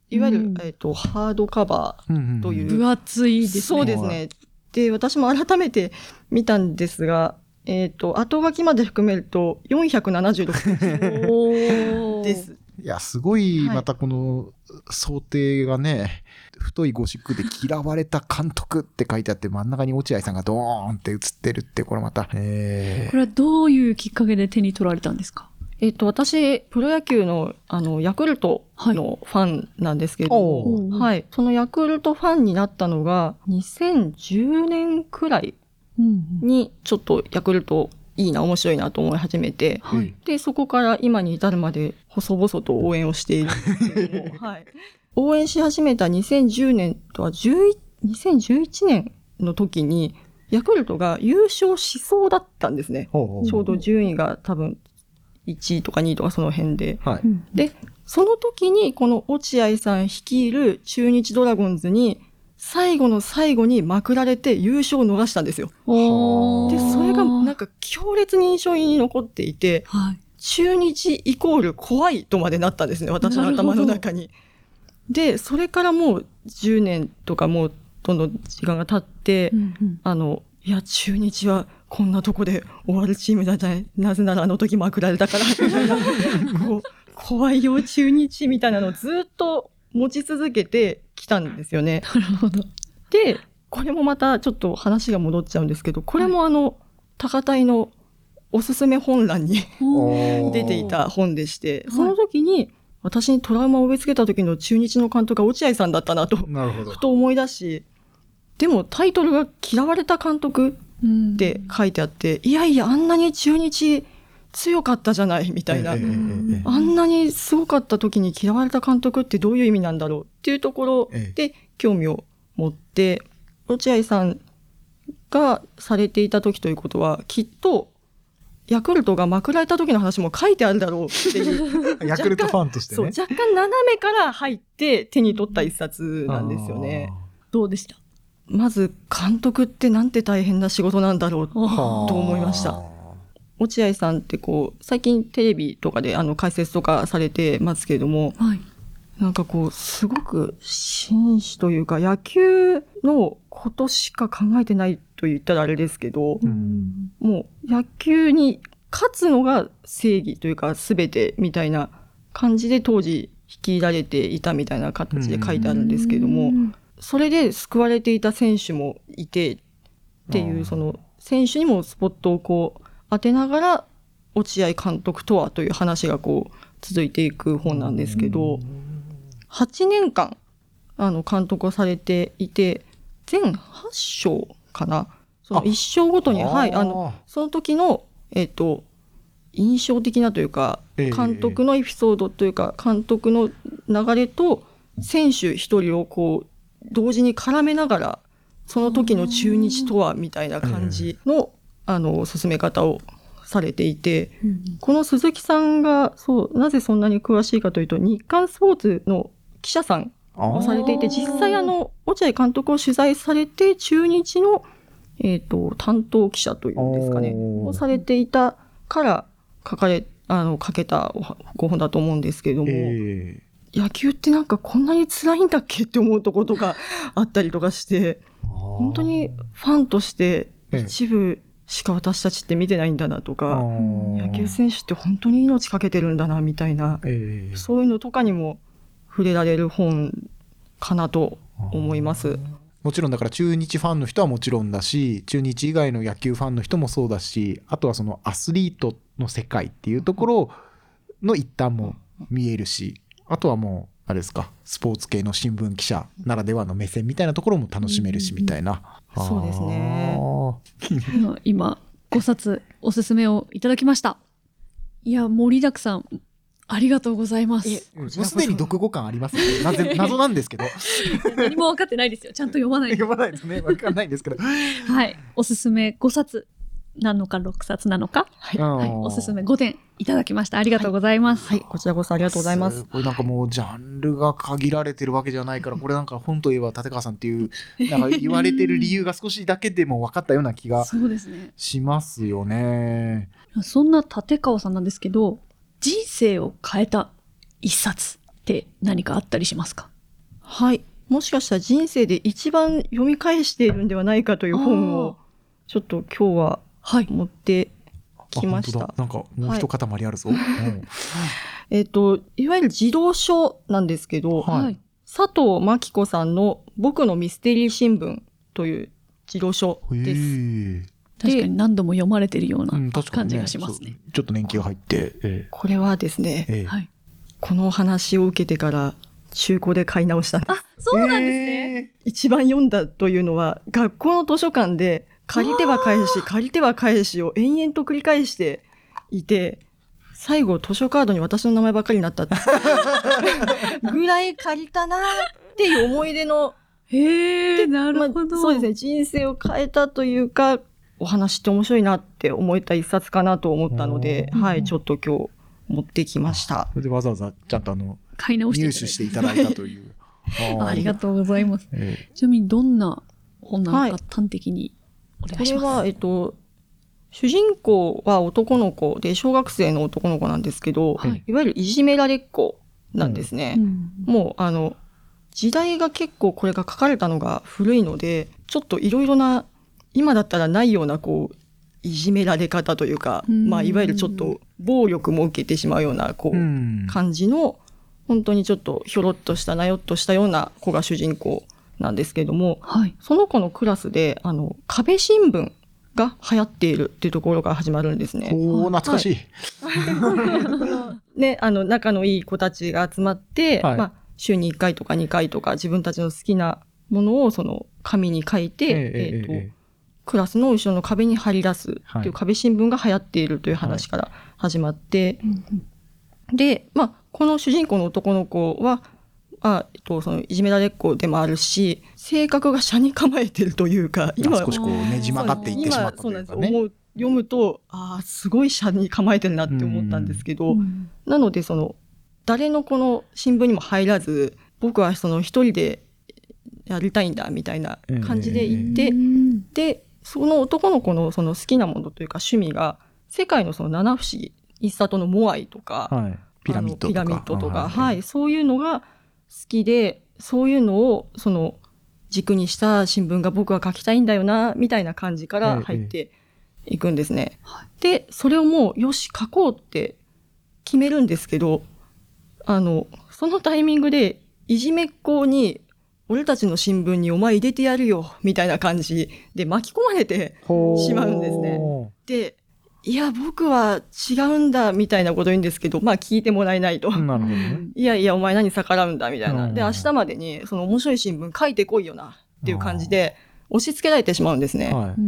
いわゆる、 うんえっと、ハードカバーという。 分厚いですね。 そうですね。で、私も改めて見たんですが、えっと、後書きまで含めるとよんひゃくななじゅうろくページです。 いや、すごい、 はいまたこの想定がね、太いゴシックで嫌われた監督って書いてあって、真ん中に落合さんがドーンって映ってるって、これまた。えこれはどういうきっかけで手に取られたんですか？ えっと、私、プロ野球の、あの、ヤクルトのファンなんですけれども、 はいはい。そのヤクルトファンになったのが、にせんじゅうねんくらいに、ちょっとヤクルトいいな、面白いなと思い始めて、 はい。 で、そこから今に至るまで、細々と応援をしているんですけれども、はい。応援し始めたにせんじゅうねんとは、にせんじゅういちねんの時に、ヤクルトが優勝しそうだったんですね。 ほうほうちょうど順位が多分、いちいとかにいとかその辺で。 はい。 で、その時にこの落合さん率いる中日ドラゴンズに最後の最後にまくられて優勝を逃したんですよ。 おーで、それがなんか強烈に印象に残っていて、 はい。 中日イコール怖いとまでなったんですね、私の頭の中に。で、それからもうじゅうねんとかもうどんどん時間が経って、 うんうんあの、いや、中日はこんなとこで終わるチームじゃない。なぜならあの時まくられたから、みたいな。こう、怖いよ、中日みたいなのをずっと持ち続けてきたんですよね。 なるほど。 で、これもまたちょっと話が戻っちゃうんですけど、これもあの、高台のおすすめ本欄におー出ていた本でして、その時に私にトラウマを植え付けた時の中日の監督が落合さんだったなと、 なるほど。 ふと思い出し、でもタイトルが嫌われた監督って書いてあって、いやいや、あんなに中日強かったじゃない、みたいな。 ええええええあんなにすごかった時に嫌われた監督ってどういう意味なんだろうっていうところで興味を持って、落合さんがされていた時ということは、きっとヤクルトがまくられた時の話も書いてあるだろうっていう。 ヤクルトファンとしてそう、 ね。 若干斜めから入って手に取った一冊なんですよね。 どうでした？ まず監督ってなんて大変な仕事なんだろうとあー思いました。落合さんってこう最近テレビとかであの解説とかされてますけれども、 はい。 なんかこうすごく紳士というか野球のことしか考えてないと言ったらあれですけど、 うんもう野球に勝つのが正義というか全てみたいな感じで当時率いられていたみたいな形で書いてあるんですけれども、それで救われていた選手もいてっていう、その選手にもスポットをこう当てながら落合監督とはという話がこう続いていく本なんですけど、はちねんかんあの監督をされていて全はち章かな、そのいっ章ごとに、はい、あのその時のえっと印象的なというかええ監督のエピソードというか監督の流れと選手一人をこう同時に絡めながらその時の中日とはみたいな感じの、あの進め方をされていて、この鈴木さんがそうなぜそんなに詳しいかというと日刊スポーツの記者さんをされていて、実際あの落合監督を取材されて中日の、えーと、担当記者というんですかねをされていたから書かれあの書けたご本だと思うんですけれども、 え野球ってなんかこんなに辛いんだっけって思うところとかあったりとかして、 ー本当にファンとして一部しか私たちって見てないんだなとか、野球選手って本当に命かけてるんだなみたいな、 ええそういうのとかにも触れられる本かなと思います。 もちろんだから中日ファンの人はもちろんだし、中日以外の野球ファンの人もそうだし、あとはそのアスリートの世界っていうところの一端も見えるし、あとはもうあれですか、スポーツ系の新聞記者ならではの目線みたいなところも楽しめるしみたいな。 そうですね。 あ今ごさつおすすめをいただきました。いや盛りだくさんありがとうございます。 ーもうすでに読後感ありますね。なぜ謎なんですけど。 何も分かってないですよ。ちゃんと読まないと。 読まないですね。わかんないんですけど。 はい。おすすめごさつなのかろくさつなのか、 はい、 はい、おすすめごてんいただきました。ありがとうございます。 はい、こちらこそありがとうございます。 これなんかもうジャンルが限られてるわけじゃないから、これなんか本といえば立川さんっていうなんか言われてる理由が少しだけでも分かったような気がそうですね。 しますよね。 そんな立川さんなんですけど、人生を変えた一冊って何かあったりしますか？ はい。もしかしたら人生で一番読み返しているんではないかという本をちょっと今日は持ってきました。 あ、本当だ。なんかもう一塊あるぞ。はい、 えっと、いわゆる児童書なんですけど、はい、佐藤真希子さんの僕のミステリー新聞という児童書です。 確かに何度も読まれているような感じがしますね。うん、ねちょっと年季が入って、 えー。これはですね、えー、この話を受けてから中古で買い直したんです。 あ、そうなんですね。 えー、一番読んだというのは、学校の図書館で借りては返し、借りては返しを延々と繰り返していて、最後図書カードに私の名前ばっかりになったぐらい借りたなっていう思い出の、 へー、なるほど、 まあ。そうですね、人生を変えたというか、お話って面白いなって思えた一冊かなと思ったので、はい、ちょっと今日持ってきました。 それでわざわざちゃんとあの、 買い直して入手していただいたという。 あ, ありがとうございます。えー、ちなみにどんな本なのか端的にお願いします。 これは、えっと、主人公は男の子で小学生の男の子なんですけど、はい、いわゆるいじめられっ子なんですね。うん、もうあの時代が結構これが書かれたのが古いので、ちょっといろいろな今だったらないようなこういじめられ方というか、うん、まあいわゆるちょっと暴力も受けてしまうようなこう、うん、感じの本当にちょっとひょろっとしたなよっとしたような子が主人公なんですけれども、はい、その子のクラスであの壁新聞が流行っているっていうところが始まるんですね。 おー、懐かしい。 はい、ね、あの仲のいい子たちが集まって、はい、まあ週にいっかいとかにかいとか自分たちの好きなものをその紙に書いて、えーえーとえー、クラスの後ろの壁に貼り出すっていう壁新聞が流行っているという話から始まって、はい、で、まあこの主人公の男の子は、あえっと、そのいじめられっ子でもあるし、性格が斜に構えてるというか、 今少しこうねじ曲がっていってしまったというかね。 今そうなんです。思う読むと、ああすごい斜に構えてるなって思ったんですけど、なのでその誰のこの新聞にも入らず、僕はその一人でやりたいんだみたいな感じで行って、えー、でその男の子のその好きなものというか趣味が世界のその七不思議、イッサトのモアイとか、はい、 ピラミッドとか、 ピラミッドとか、はい、はい、そういうのが好きで、そういうのをその軸にした新聞が僕は書きたいんだよなみたいな感じから入っていくんですね。はい、でそれをもうよし書こうって決めるんですけど、あのそのタイミングでいじめっ子に俺たちの新聞にお前入れてやるよみたいな感じで巻き込まれてしまうんですね。でいや僕は違うんだみたいなこと言うんですけど、まあ聞いてもらえないと。 なるほどね。 いやいやお前何逆らうんだみたいな。で明日までにその面白い新聞書いてこいよなっていう感じで押し付けられてしまうんですね。はい、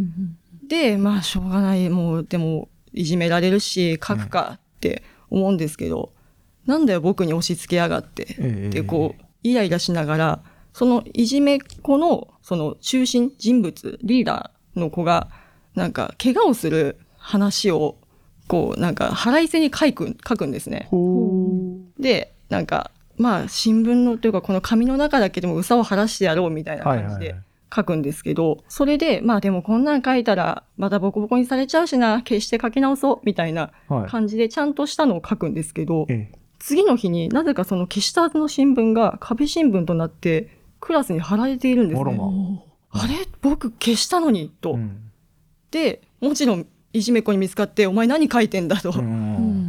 でまあしょうがない、もうでもいじめられるし書くかって思うんですけど、うん、なんだよ僕に押し付けやがって、えー、でこうイライラしながら、そのいじめっ子のその中心人物リーダーの子がなんか怪我をする話をこうなんか腹いせに書く、書くんですね。でなんかまあ新聞のというかこの紙の中だけでもうさを晴らしてやろうみたいな感じで書くんですけど、はいはいはい、それでまあでもこんなん書いたらまたボコボコにされちゃうしな、決して書き直そうみたいな感じでちゃんとしたのを書くんですけど、はい、次の日になぜかその消したはずの新聞が壁新聞となってクラスに貼られているんですね。あれ僕消したのにと、うん、でもちろんいじめっ子に見つかってお前何書いてんだと、うん、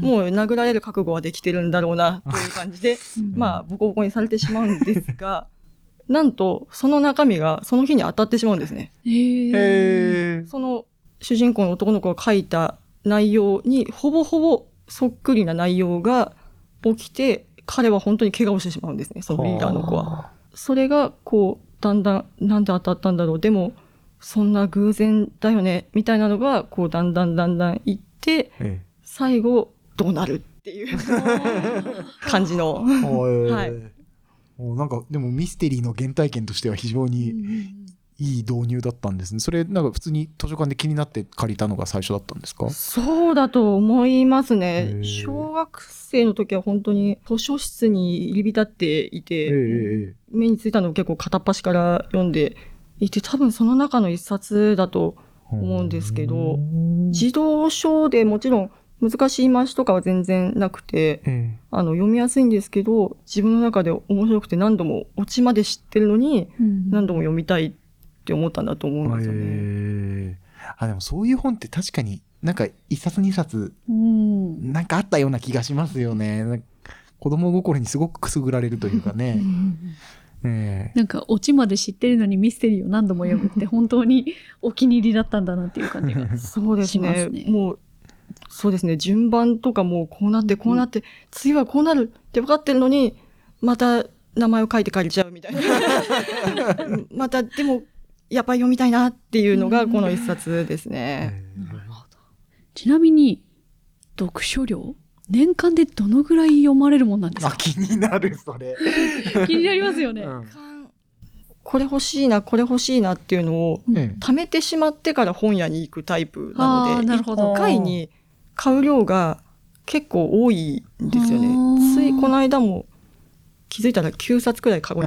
もう殴られる覚悟はできてるんだろうなという感じでまあボコボコにされてしまうんですがなんとその中身がその日に当たってしまうんですね。へー。その主人公の男の子が書いた内容にほぼほぼそっくりな内容が起きて、彼は本当に怪我をしてしまうんですね、そのリーダーの子は。それがこうだんだんなんで当たったんだろう、でもそんな偶然だよねみたいなのがこうだんだんだんだんいって、ええ、最後どうなるっていう感じのはい、 なんかでもミステリーの原体験としては非常にいい導入だったんですね。それなんか普通に図書館で気になって借りたのが最初だったんですか？ そうだと思いますね。小学生の時は本当に図書室に入り浸っていて、目についたのを結構片っ端から読んでいて、多分その中の一冊だと思うんですけど、児童書でもちろん難しい言い回しとかは全然なくて、 えあの読みやすいんですけど、自分の中で面白くて何度もオチまで知ってるのに何度も読みたいって思ったんだと思うんですよね。 えあでもそういう本って確かになんか一冊二冊うんなんかあったような気がしますよね。なんか子供心にすごくくすぐられるというかね。ええなんかオチまで知ってるのにミステリーを何度も読むって本当にお気に入りだったんだなっていう感じがそうですしますね。 ね。 もうそうですね。順番とかもこうなってこうなって、うん、次はこうなるって分かってるのにまた名前を書いて借りちゃうみたいな。またでもやっぱり読みたいなっていうのがこの一冊ですね。 なるほど。ちなみに読書量年間でどのぐらい読まれるもんなんですか？ あ、気になるそれ。 気になりますよね。うん、 これ欲しいなこれ欲しいなっていうのを、うん、貯めてしまってから本屋に行くタイプなので、 なるほど。 いっかいに買う量が結構多いんですよね。ついこの間も気づいたらきゅうさつくらい買う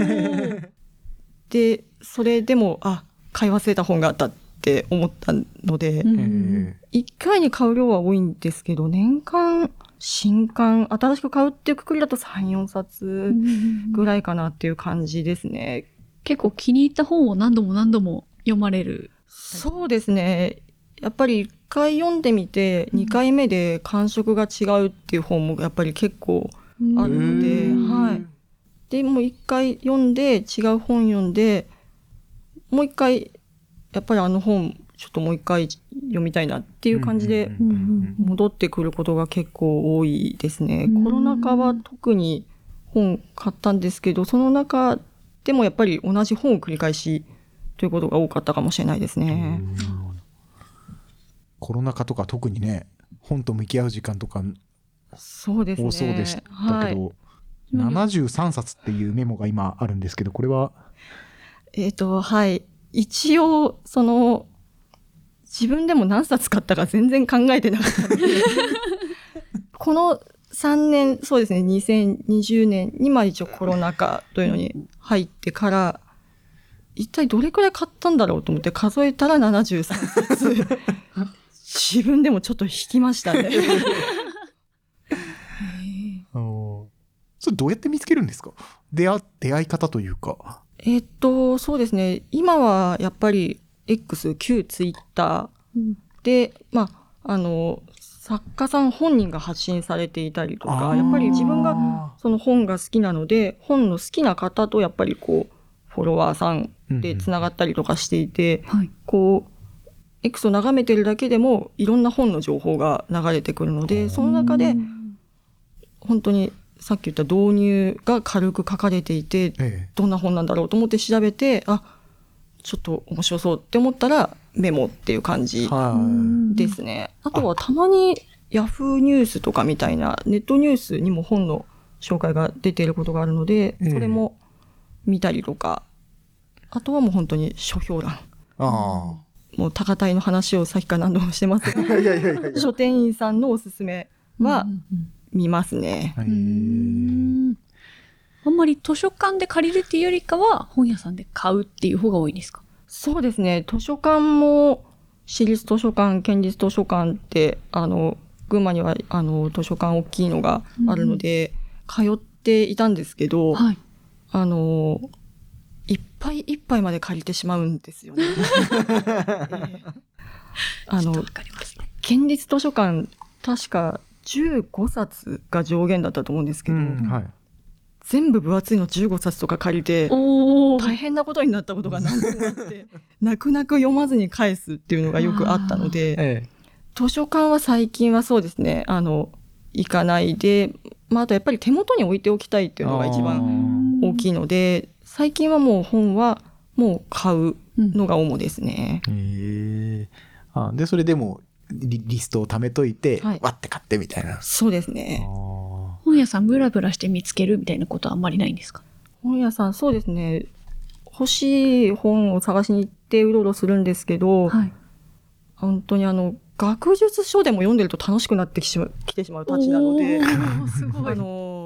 で、それでもあ買い忘れた本があったって思ったので、うん、いっかいに買う量は多いんですけど、年間新刊新しく買うっていうくくりだとさん、よんさつぐらいかなっていう感じですね。 結構気に入った本を何度も何度も読まれる。 そうですね。やっぱりいっかい読んでみてにかいめで感触が違うっていう本もやっぱり結構あるので、はい。でもういっかい読んで違う本読んでもういっかいやっぱりあの本ちょっともういっかい読みたいなっていう感じで戻ってくることが結構多いですね。コロナ禍は特に本買ったんですけど、その中でもやっぱり同じ本を繰り返しということが多かったかもしれないですね。 コロナ禍とか特にね、本と向き合う時間とかそうですね、 多そうでしたけど、はい、ななじゅうさんさつっていうメモが今あるんですけど、これはえっとはい一応その自分でも何冊買ったか全然考えてなかったのでこのさんねん、そうですね、にせんにじゅうねんにまあ一応コロナ禍というのに入ってから一体どれくらい買ったんだろうと思って数えたらななじゅうさんさつ自分でもちょっと引きましたねそれどうやって見つけるんですか？出会、出会い方というか。 えっとそうですね、今はやっぱり X 旧ツイッターで、うん、まああの作家さん本人が発信されていたりとか、やっぱり自分がその本が好きなので本の好きな方とやっぱりこうフォロワーさんでつながったりとかしていて、うんうん、こう X を眺めてるだけでもいろんな本の情報が流れてくるので、その中で本当にさっき言った導入が軽く書かれていて、ええ、どんな本なんだろうと思って調べて、あちょっと面白そうって思ったらメモっていう感じですね。あとはたまにヤフーニュースとかみたいなネットニュースにも本の紹介が出ていることがあるので、それも見たりとか、あとはもう本当に書評欄、あもう高台の話をさっきから何度もしてますがいやいやいや書店員さんのおすすめは見ますね。 うーん、あんまり図書館で借りるっていうよりかは本屋さんで買うっていう方が多いんですか？ そうですね、図書館も私立図書館、県立図書館ってあの群馬にはあの図書館大きいのがあるので、うん、通っていたんですけど、はい、あのいっぱいいっぱいまで借りてしまうんですよね。えー、あの、ね、県立図書館確かじゅうごさつが上限だったと思うんですけど、うんはい、全部分厚いのじゅうごさつとか借りて大変なことになったことが何度もあって泣く泣く読まずに返すっていうのがよくあったので、ええ、図書館は最近はそうですね、あの行かないで、まあ、あとやっぱり手元に置いておきたいっていうのが一番大きいので、最近はもう本はもう買うのが主ですね。 うん、へあでそれでも リ, リストを貯めといて、はい、わって買ってみたいな。 そうですね。 本屋さんブラブラして見つけるみたいなことはあんまりないんですか？ 本屋さんそうですね、欲しい本を探しに行ってうろうろするんですけど、はい、本当にあの学術書でも読んでると楽しくなってきてしまう、きてしまうたちなので、すごいあの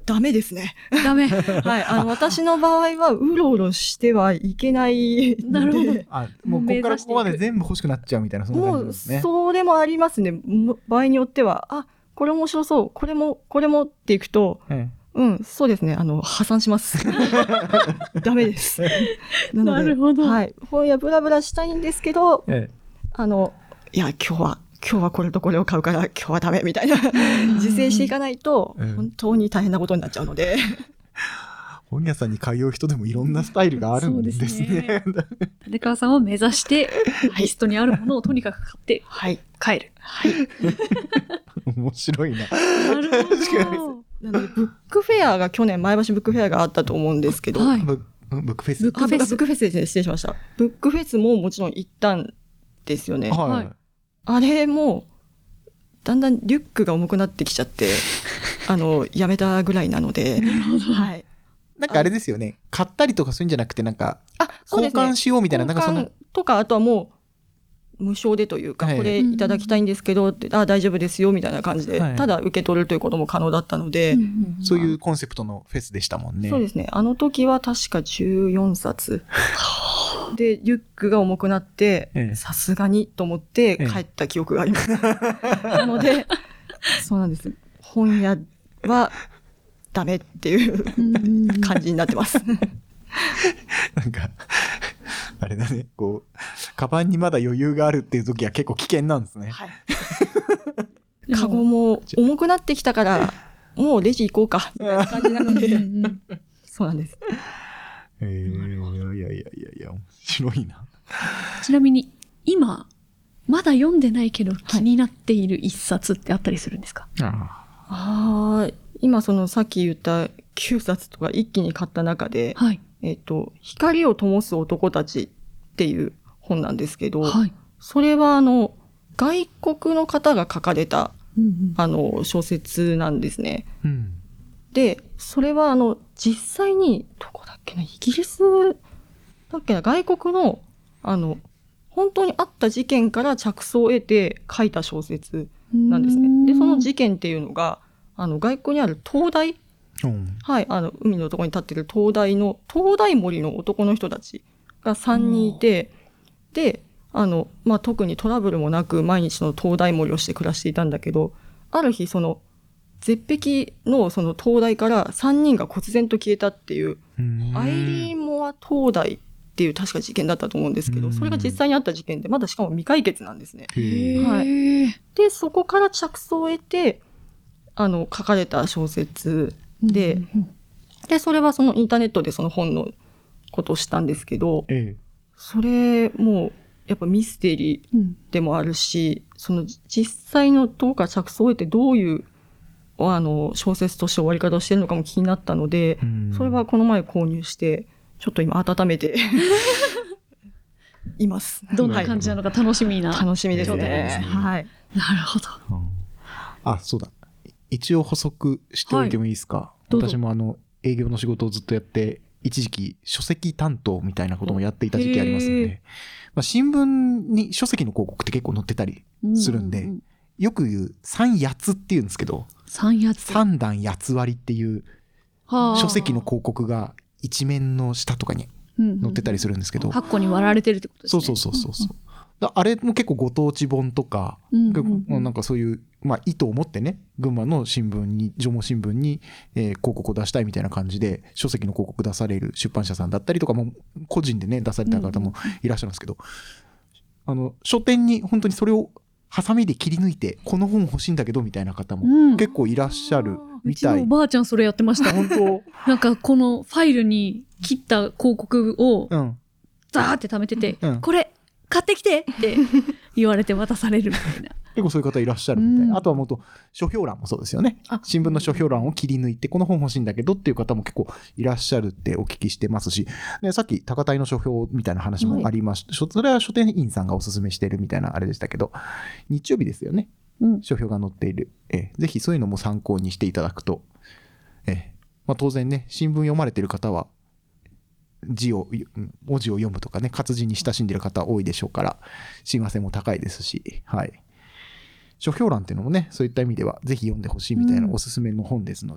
ダメですね。 ダメ。 はい。あの、私の場合は、うろうろしてはいけないので。 なるほど。 あ、もうここからここまで全部欲しくなっちゃうみたいな、そんな感じですね。 もう、それもありますね。場合によっては、あ、これ面白そう、これも、これもっていくと、 ええうん、そうですね。あの、破産します。ダメです。なので、 なるほど。 はい。本屋ブラブラしたいんですけど、 ええ、 あの、いや、今日は、今日はこれとこれを買うから今日はダメみたいな自制していかないと本当に大変なことになっちゃうので、 本屋さんに通う人でもいろんなスタイルがあるんですね。 そうですね立川さんを目指してリストにあるものをとにかく買ってはい帰る。 はい。 面白いな。 なるほど。 なのでブックフェアが去年前橋ブックフェアがあったと思うんですけど、 はいブブックフェス。 ブックフェスあブックフェスですね。失礼しました。ブックフェスももちろん行ったんですよね。 はい。 はいあれもだんだんリュックが重くなってきちゃってあのやめたぐらいなので、はい。 なんかあれですよね。買ったりとかするんじゃなくて、なんかあ、そうですね。 交換しようみたいな、なんかその交換とか、あとはもう無償でというか、 はいこれいただきたいんですけどって、あ、大丈夫ですよみたいな感じで、 はいただ受け取るということも可能だったので、 そういうコンセプトのフェスでしたもんね。 そうですね。あの時は確かじゅうよんさつでリュックが重くなってええさすがにと思って帰った記憶があります。なのでそうなんです。本屋はダメっていう感じになってます。 なんか、あれだね、こう、カバンにまだ余裕があるっていう時は結構危険なんですね。 はい。カゴも重くなってきたからもうレジ行こうかみたいな感じなので、そうなんです。 へえ、いやいやいやいやいや、面白いな。 ちなみに今まだ読んでないけど気になっている一冊ってあったりするんですか？ あああ、今そのさっき言ったきゅうさつとか一気に買った中で、 はい。 えっと、光を灯す男たちっていう本なんですけど、 はい。 それはあの、外国の方が書かれた、 うんうんあの、小説なんですね。 うん。 で、それはあの、実際に、どこだっけな、イギリスだっけな、外国の、あの、本当にあった事件から着想を得て書いた小説なんですね。で、その事件っていうのが、あの、外国にある灯台、 うん。 はい、あの、海のところに立ってる灯台の、灯台森の男の人たちがさんにんいて、で、あの、まあ、特にトラブルもなく毎日その灯台森をして暮らしていたんだけど、ある日その、絶壁のその灯台からさんにんが忽然と消えたっていう、アイリーンモア灯台っていう確か事件だったと思うんですけど、それが実際にあった事件で、まだしかも未解決なんですね。 へえ。 はいで、そこから着想を得て、あの、書かれた小説で、で、それはそのインターネットでその本のことをしたんですけど、 ええ。 それもやっぱミステリーでもあるし、その実際のどうか着想を得てどういうあの小説として終わり方をしてるのかも気になったので、それはこの前購入してちょっと今温めています。 どんな感じなのか楽しみな。 楽しみです状態なんですね。 ねはい。 なるほど。 うんあ、そうだ。一応補足しておいてもいいですか？ どうぞ私もあの、営業の仕事をずっとやって、一時期書籍担当みたいなこともやっていた時期ありますのへーで、まあ、新聞に書籍の広告って結構載ってたりするんで、 ううよく言う三八つっていうんですけど、 三やつ。 三段八つ割りっていうはあ書籍の広告が一面の下とかに載ってたりするんですけど、 はっこに割られてるってことですね。 そうそうそうそうそう。だあれも結構ご当地本とか、 うんうんうん結構なんかそういう、まあ、意図を持ってね、群馬の新聞に、上毛新聞に、えー広告を出したいみたいな感じで、書籍の広告出される出版社さんだったりとかも、個人でね、出された方もいらっしゃるんですけど、あの、書店に本当にそれをハサミで切り抜いて、この本欲しいんだけど、みたいな方もうん結構いらっしゃるうちのおみたい。 ばあちゃんそれやってました。 本当なんかこのファイルに切った広告をうん。 ザーって貯めてて、 うんこれ買ってきてって言われて渡されるみたいな。 結構そういう方いらっしゃるみたい。 うんあとはもっと書評欄もそうですよねあ。 新聞の書評欄を切り抜いて、この本欲しいんだけどっていう方も結構いらっしゃるってお聞きしてますし、でさっき高台の書評みたいな話もありました。それは書店員さんがおすすめしてるみたいなあれでしたけど、日曜日ですよね。 うん書評が載っている。えぜひそういうのも参考にしていただくと。えまあ、当然ね、新聞読まれてる方は、字を、文字を読むとかね、活字に親しんでる方多いでしょうから、親和性も高いですし、はい。書評欄っていうのもね、そういった意味では、ぜひ読んでほしいみたいなおすすめの本ですので、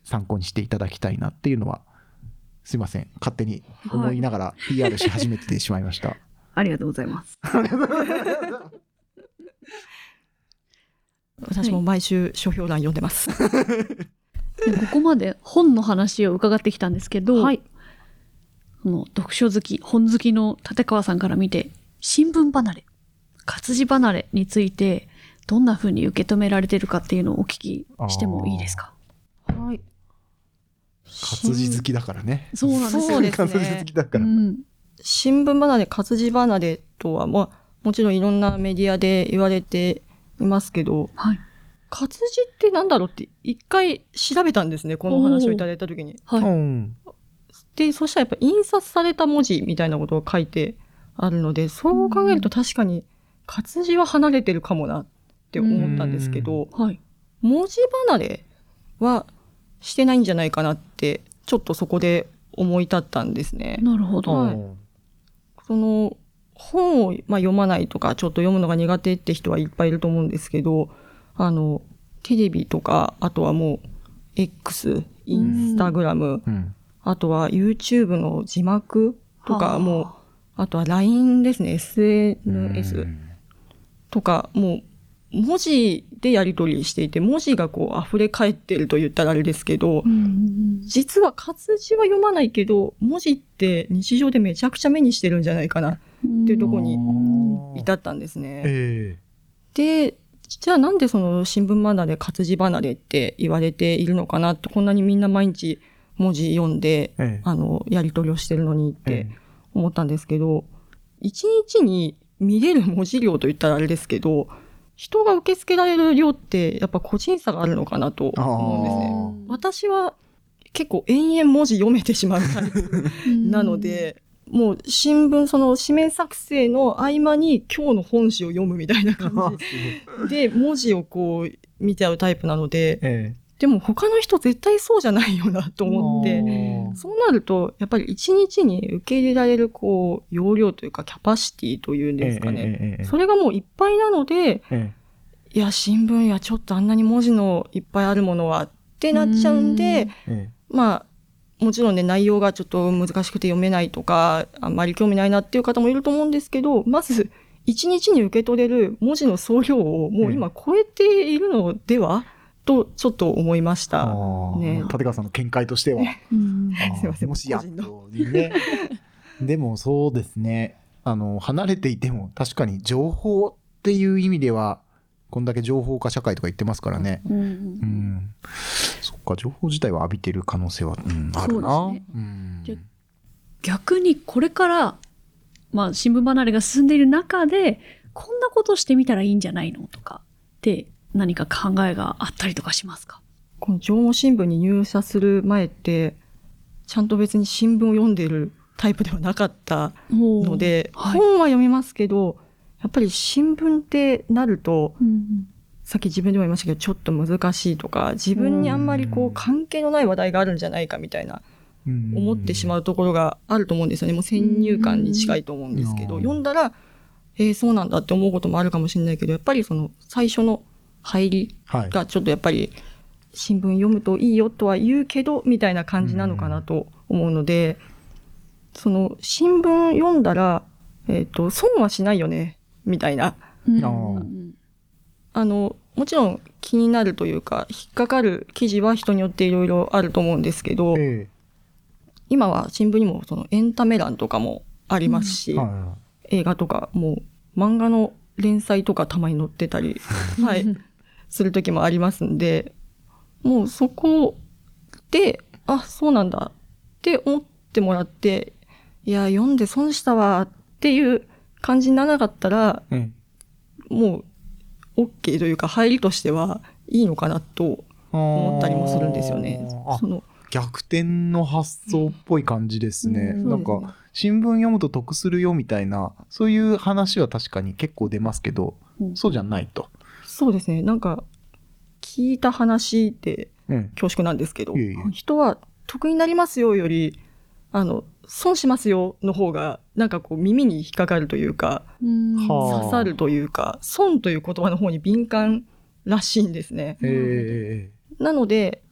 参考にしていただきたいなっていうのは、すいません勝手に思いながら ピーアール し始めてしまいました、 ありがとうございます。 私も毎週書評欄読んでますでここまで本の話を伺ってきたんですけど、 はい。 この読書好き本好きの立川さんから見て新聞離れ活字離れについてどんな風に受け止められてるかっていうのをお聞きしてもいいですか？ はい。 活字好きだからね。 そうなんですよそうですね活字好きだから、 うん新聞離れ、活字離れとは、まあ、もちろんいろんなメディアで言われていますけど、 はい活字ってなんだろうって一回調べたんですね、この話をいただいたときに。 はい、 うんで、そしたらやっぱ印刷された文字みたいなことが書いてあるので、そう考えると確かに活字は離れてるかもなって思ったんですけど、 はい文字離れはしてないんじゃないかなってちょっとそこで思い立ったんですね。 なるほど、 はいその本を、まあ、読まないとかちょっと読むのが苦手って人はいっぱいいると思うんですけど、あのテレビとかあとはもう X、インスタグラム、 うんあとは YouTube の字幕とはあかもうあとは ライン ですね エスエヌエスうんとかもう文字でやり取りしていて文字がこう溢れ返ってると言ったらあれですけど、 うん実は活字は読まないけど文字って日常でめちゃくちゃ目にしてるんじゃないかなっていうところに至ったんですね。 えでじゃあなんでその新聞離れ活字離れって言われているのかなってこんなにみんな毎日文字読んで、 ええあのやり取りをしてるのにっえて思ったんですけど、一日に見れる文字量といったらあれですけど人が受け付けられる量ってやっぱ個人差があるのかなと思うんですね。私は結構延々文字読めてしまうタイプなので、もう新聞その紙面作成の合間に今日の本誌を読むみたいな感じで文字をこう見て合うタイプなので、 えでも他の人絶対そうじゃないよなと思って、そうなるとやっぱり一日に受け入れられるこう容量というかキャパシティというんですかね、 ええええそれがもういっぱいなので、 えいや新聞やちょっとあんなに文字のいっぱいあるものはってなっちゃうんで、 えまあもちろんね内容がちょっと難しくて読めないとかあんまり興味ないなっていう方もいると思うんですけど、まず一日に受け取れる文字の総量をもう今超えているのでは、とちょっと思いましあた。 ーね立川さんの見解としてはうんあーすいませんもしやっ個人のとねでもそうですね、あの離れていても確かに情報っていう意味ではこんだけ情報化社会とか言ってますからね、 うんうん、そっか情報自体は浴びてる可能性は、うん、あるなそうですねうんじゃ逆にこれから、まあ、新聞離れが進んでいる中でこんなことしてみたらいいんじゃないのとかって何か考えがあったりとかしますか？ この上毛新聞に入社する前ってちゃんと別に新聞を読んでいるタイプではなかったので、 はい本は読みますけどやっぱり新聞ってなるとうんさっき自分でも言いましたけどちょっと難しいとか自分にあんまりこう関係のない話題があるんじゃないかみたいな思ってしまううところがあると思うんですよね。もう先入観に近いと思うんですけど、 うん読んだらえー、そうなんだって思うこともあるかもしれないけどやっぱりその最初の入りはいがちょっとやっぱり新聞読むといいよとは言うけどみたいな感じなのかなと思うので、その新聞読んだら、えーと、損はしないよねみたいな、 うんあーうんあのもちろん気になるというか引っかかる記事は人によっていろいろあると思うんですけど、 え今は新聞にもそのエンタメ欄とかもありますし、 えは映画とかもう漫画の連載とかたまに載ってたり、はい、する時もありますんで、もうそこであそうなんだって思ってもらって、いや読んで損したわっていう感じにならなかったらいえもう OK というか入りとしてはいいのかなとえ思ったりもするんですよね。 あその逆転の発想っぽい感じですね、 うんなんそうですねか新聞読むと得するよみたいなそういう話は確かに結構出ますけど、 うんそうじゃないと、 そうですね、なんか聞いた話でうん恐縮なんですけど、 いえいえ人は得になりますよよりあの損しますよの方がなんかこう耳に引っかかるというかうんはあ刺さるというか損という言葉の方に敏感らしいんですね。 ええなので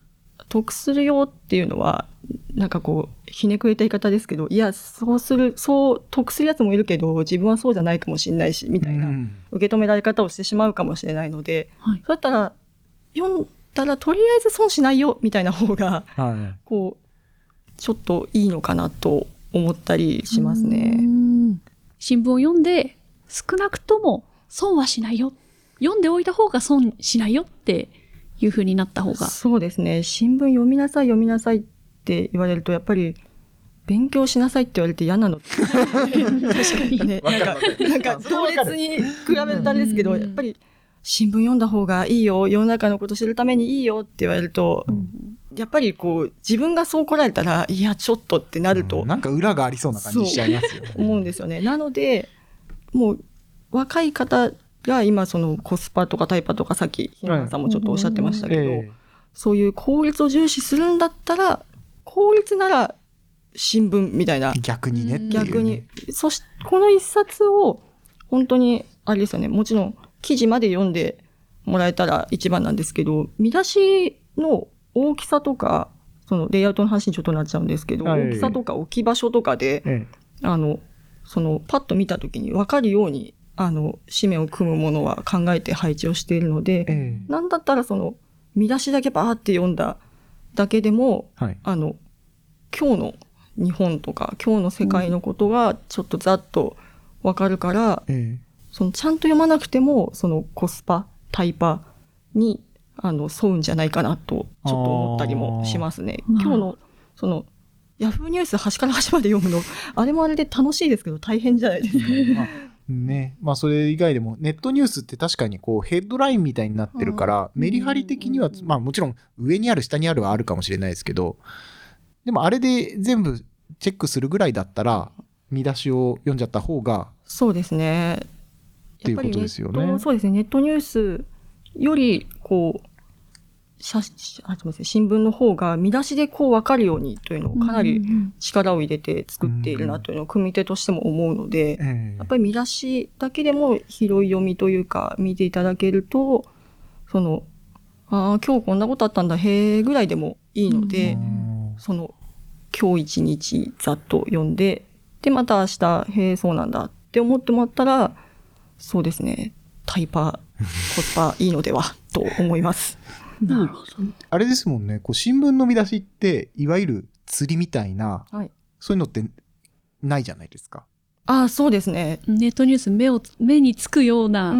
得するよっていうのはなんかこうひねくれた言い方ですけど、いやそうするそう得するやつもいるけど自分はそうじゃないかもしれないしみたいな受け止められ方をしてしまうかもしれないので、はい、そうだったら読んだらとりあえず損しないよみたいな方が、はい、こうちょっといいのかなと思ったりしますね。 うん、新聞を読んで少なくとも損はしないよ、読んでおいた方が損しないよっていう風になった方が。 そうですね。新聞読みなさい読みなさいって言われるとやっぱり勉強しなさいって言われて嫌なの確かにね、なんかなんか同列に比べるとあれですけど、やっぱり新聞読んだ方がいいよ、世の中のこと知るためにいいよって言われると、うん、やっぱりこう自分がそう来られたらいやちょっとってなると、 うん、なんか裏がありそうな感じしちゃいますよね。 思うんですよね。なのでもう若い方が今そのコスパとかタイパとかさっきひなさんもちょっとおっしゃってましたけど、はい、そういう効率を重視するんだったら効率なら新聞みたいな、 逆にねっていうね、 逆にそしてこの一冊を本当にあれですよね、もちろん記事まで読んでもらえたら一番なんですけど、見出しの大きさとかそのレイアウトの話にちょっとなっちゃうんですけど、はい、大きさとか置き場所とかで、はい、あのそのパッと見た時に分かるようにあの紙面を組むものは考えて配置をしているので、えー、なんだったらその見出しだけバーって読んだだけでも、はい、あの今日の日本とか今日の世界のことがちょっとざっと分かるから、うん、そのちゃんと読まなくてもそのコスパタイパにあの沿うんじゃないかなとちょっと思ったりもしますね。今日のそのヤフーニュース端から端まで読むのあれもあれで楽しいですけど大変じゃないですか。 ね、まあそれ以外でもネットニュースって確かにこうヘッドラインみたいになってるからメリハリ的にはまあもちろん上にある下にあるはあるかもしれないですけど、でもあれで全部チェックするぐらいだったら見出しを読んじゃった方がそうですねっていうことですよね。 そうですね、ネットニュースよりこう写あすみません新聞の方が見出しでこう分かるようにというのをかなり力を入れて作っているなというのを組み手としても思うので、うん、やっぱり見出しだけでも広い読みというか見ていただけるとそのあ今日こんなことあったんだへーぐらいでもいいので、うん、その今日一日ざっと読んででまた明日へーそうなんだって思ってもらったらそうですねタイパコスパいいのではと思います。 なるほど。 あれですもんね、こう新聞の見出しっていわゆる釣りみたいな、はい、そういうのってないじゃないですか。 ああそうですね。 ネットニュース目を目につくような、うん、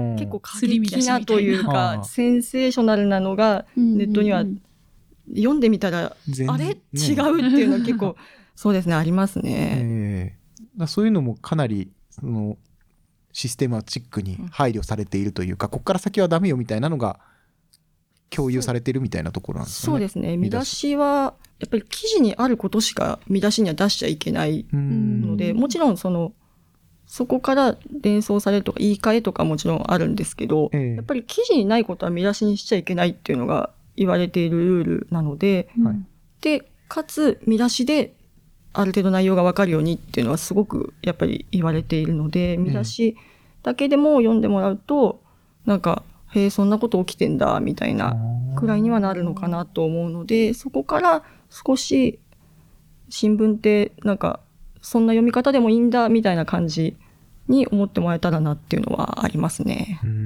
結構過激なというかセンセーショナルなのがネットには読んでみたら、うん、あれ、ね、違うっていうのは結構そうですねありますね。 えー、だそういうのもかなりそのシステマチックに配慮されているというか、うん、ここから先はダメよみたいなのが共有されてるみたいなところなんですかね。 そうですね。見出しはやっぱり記事にあることしか見出しには出しちゃいけないので、もちろんそのそこから連想されるとか言い換えとかもちろんあるんですけど、えー、やっぱり記事にないことは見出しにしちゃいけないっていうのが言われているルールなので、はい、でかつ見出しである程度内容が分かるようにっていうのはすごくやっぱり言われているので、見出しだけでも読んでもらうとなんかへえそんなこと起きてんだみたいなくらいにはなるのかなと思うので、そこから少し新聞ってなんかそんな読み方でもいいんだみたいな感じに思ってもらえたらなっていうのはありますね。 うん、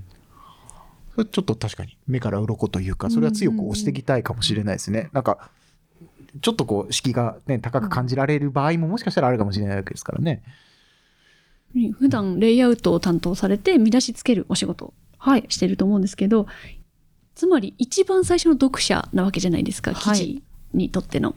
それちょっと確かに目から鱗というか、それは強く押していきたいかもしれないですね。なんかちょっとこう敷居が、ね、高く感じられる場合ももしかしたらあるかもしれないわけですからね。 普段レイアウトを担当されて見出しつけるお仕事はいしてると思うんですけど、つまり一番最初の読者なわけじゃないですか、記事にとっての、はい、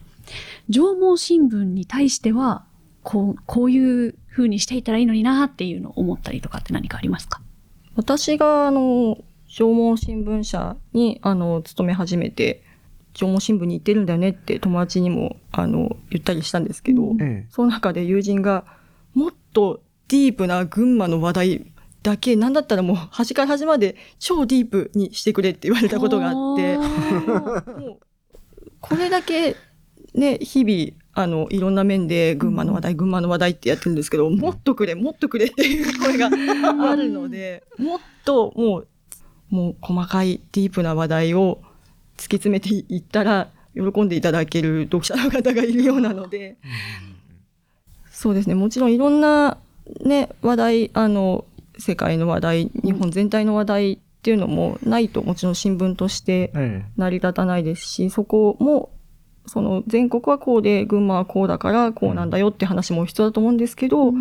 上毛新聞に対してはこう、こういう風にしていたらいいのになっていうのを思ったりとかって何かありますか？ 私があの上毛新聞社にあの勤め始めて上毛新聞に行ってるんだよねって友達にもあの言ったりしたんですけど、うん、その中で友人がもっとディープな群馬の話題だけ、なんだったらもう端から端まで超ディープにしてくれって言われたことがあってもうこれだけね日々あのいろんな面で群馬の話題、うん、群馬の話題ってやってるんですけど、もっとくれもっとくれっていう声があるのでもっともうもう細かいディープな話題をき詰めていったら喜んでいただける読者の方がいるようなので、そうですね、もちろんいろんな、ね、話題、あの世界の話題、日本全体の話題っていうのもないともちろん新聞として成り立たないですし、そこもその全国はこうで群馬はこうだからこうなんだよって話も必要だと思うんですけど、うん、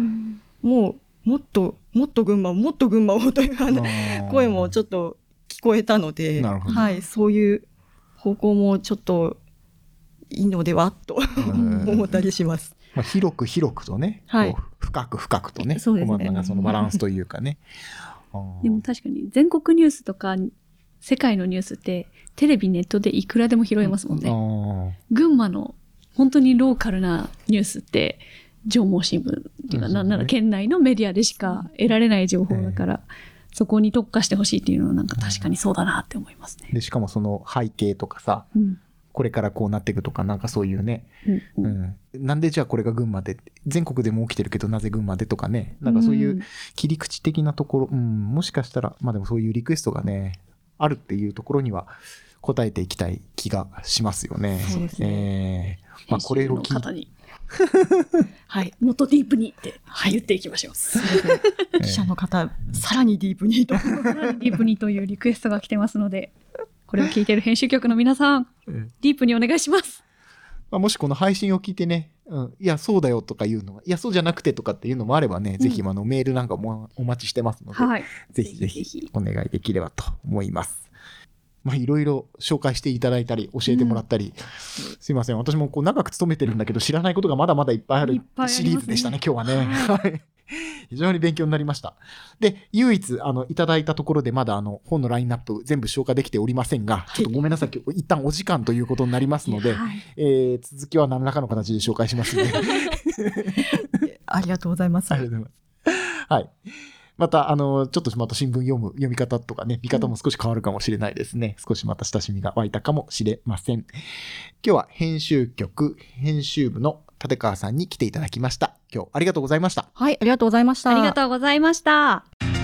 もうもっともっと群馬をもっと群馬をという声もちょっと聞こえたので、はい、そういう方向もちょっといいのではと思ったりします。 まあ、広く広くとね、はい、深く深くとね、 そうですね、 なんかそのバランスというかね。 でも確かに全国ニュースとか世界のニュースってテレビネットでいくらでも拾えますもんね、うん、群馬の本当にローカルなニュースって上毛新聞っていうか、うん、なんなら県内のメディアでしか得られない情報だから、えー、そこに特化してほしいっていうのはなんか確かにそうだなって思いますね。 でしかもその背景とかさ、うん、これからこうなっていくとかなんかそういうね、うんうんうん、なんでじゃあこれが群馬で全国でも起きてるけどなぜ群馬でとかね、なんかそういう切り口的なところ、うん、もしかしたらまあでもそういうリクエストがねあるっていうところには答えていきたい気がしますよね。 そうですね、 えーまあ、これを聞い方にはい、もっとディープにって言っていきましょう。 記者の方、さらにディープにとさらにディープにというリクエストが来てますので、これを聞いている編集局の皆さん、ディープにお願いします。 まあ、もしこの配信を聞いてね、うん、いやそうだよとかいうのが、いやそうじゃなくてとかっていうのもあればね、うん、ぜひあのメールなんかもお待ちしてますので、はい、ぜひぜひお願いできればと思います。まあ、いろいろ紹介していただいたり教えてもらったり、うん、すいません、私もこう長く勤めてるんだけど知らないことがまだまだいっぱいあるシリーズでしたね、今日はね。はい非常に勉強になりました。で、唯一あのいただいたところでまだあの本のラインナップ全部消化できておりませんが、ちょっとごめんなさい、一旦お時間ということになりますので、はいえー、続きは何らかの形で紹介しますのでありがとうございます。 ありがとうございます。はい。また、あの、ちょっとまた新聞読む、読み方とかね、見方も少し変わるかもしれないですね。うん、少しまた親しみが湧いたかもしれません。今日は編集局、編集部の立川さんに来ていただきました。今日ありがとうございました。 はい、ありがとうございました。 ありがとうございました。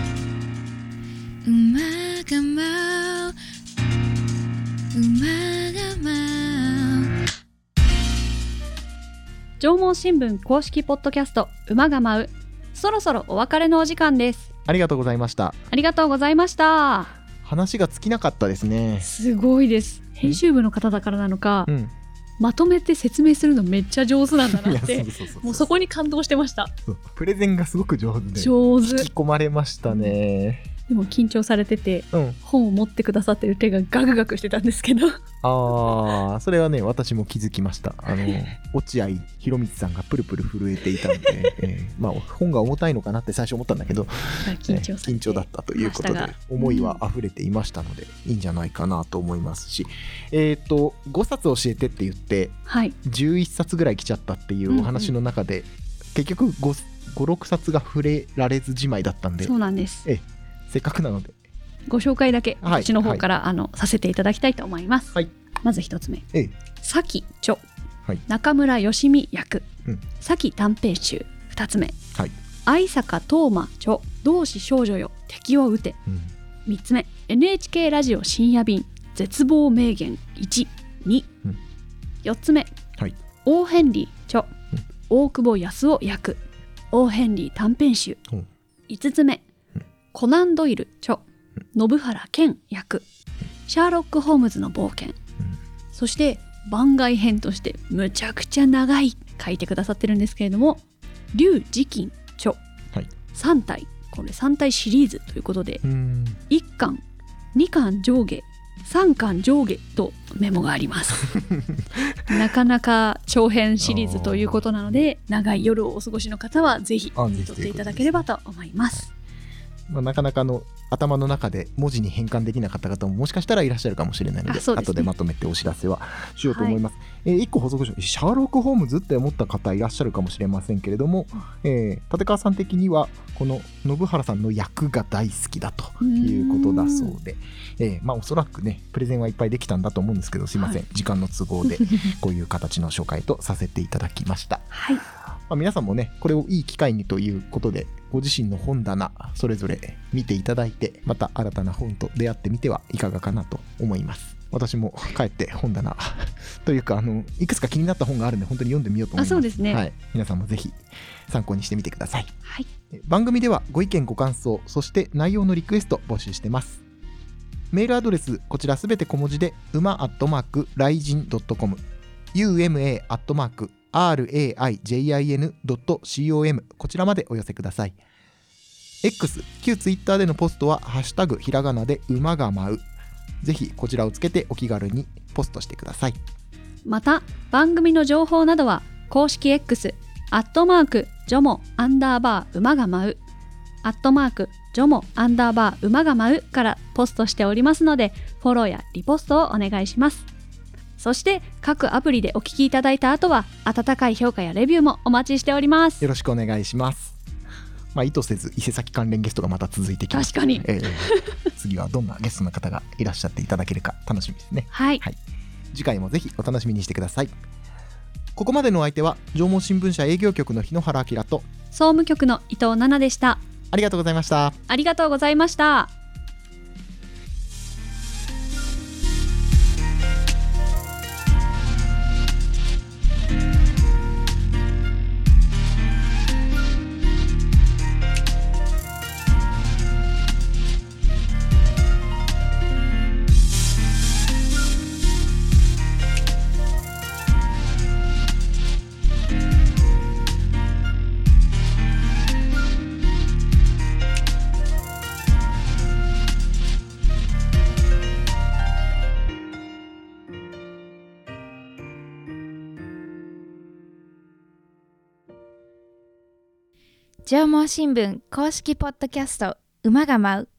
馬が舞う、馬が舞う。 上毛新聞公式ポッドキャスト、馬が舞う。そろそろお別れのお時間です。 ありがとうございました。 ありがとうございました。 話が尽きなかったですね。 すごいです。編集部の方だからなのか、うん、まとめて説明するのめっちゃ上手なんだなってもうそこに感動してました。 プレゼンがすごく上手で上手、 引き込まれましたね。 でも緊張されてて、うん、本を持ってくださってる手がガクガクしてたんですけどああ、それはね私も気づきました。あの落合博満さんがプルプル震えていたので、えー、まあ本が重たいのかなって最初思ったんだけど緊張、緊張だったということで思いは溢れていましたので、うん、いいんじゃないかなと思いますし、えっとごさつ教えてって言って、はい、じゅういっさつぐらい来ちゃったっていうお話の中で、うんうん、結局 ごろくさつが触れられずじまいだったんで、 そうなんです。 えせっかくなのでご紹介だけ私の方から、はい、あのさせていただきたいと思います。はい、まず一つ目、ええ、崎著、はい、中村義美役、うん、崎短編集。二つ目、はい、相坂東馬著、同志少女よ敵を撃て。うん、三つ目、 エヌエイチケー ラジオ深夜便絶望名言いち、に、うん、四つ目、はい、オーヘンリー著、うん、大久保康夫役オーヘンリー短編集。うん、五つ目、うん、コナンドイル著、信原健役シャーロック・ホームズの冒険。うん、そして番外編としてむちゃくちゃ長い書いてくださってるんですけれども、劉慈欣著、はい、さん体、これさん体シリーズということで、いっかんにかん上下さんかん上下とメモがありますなかなか長編シリーズということなので、長い夜をお過ごしの方はぜひ手に取っていただければと思います。 まあ、なかなかの頭の中で文字に変換できなかった方ももしかしたらいらっしゃるかもしれないので、で、ね、後でまとめてお知らせはしようと思います。はい、えー、いっこ補足しよう。シャーロック・ホームズって思った方いらっしゃるかもしれませんけれども、えー、立川さん的にはこの信原さんの役が大好きだということだそうで、えーまあ、おそらくねプレゼンはいっぱいできたんだと思うんですけど、すいません、はい、時間の都合でこういう形の紹介とさせていただきました。はい、まあ、皆さんもねこれをいい機会にということでご自身の本棚それぞれ見ていただいて、また新たな本と出会ってみてはいかがかなと思います。私も帰って本棚というかあのいくつか気になった本があるんで本当に読んでみようと思います。 あ、そうですね、 はい、皆さんもぜひ参考にしてみてください。 はい、 番組ではご意見ご感想、そして内容のリクエスト募集してます。メールアドレスこちらすべて小文字で馬アットマークライジンドットコム ユーエムエー アットマーク アールエーアイジェイアイエヌ ドット コム こちらまでお寄せください。 X 旧ツイッターでのポストはハッシュタグひらがなで馬が舞う、ぜひこちらをつけてお気軽にポストしてください。 また番組の情報などは公式 X アットマークジョモアンダーバー馬が舞うアットマークジョモアンダーバー馬が舞うからポストしておりますので、フォローやリポストをお願いします。そして各アプリでお聞きいただいた後は温かい評価やレビューもお待ちしております。 よろしくお願いします。まあ、意図せず伊勢崎関連ゲストがまた続いてきます。 確かに、 えー、次はどんなゲストの方がいらっしゃっていただけるか楽しみですね。 はい、 はい、次回もぜひお楽しみにしてください。ここまでのお相手は上毛新聞社営業局の日野原明と総務局の伊藤奈々でした。 ありがとうございました。 ありがとうございました。 上毛新聞公式ポッドキャスト馬が舞う。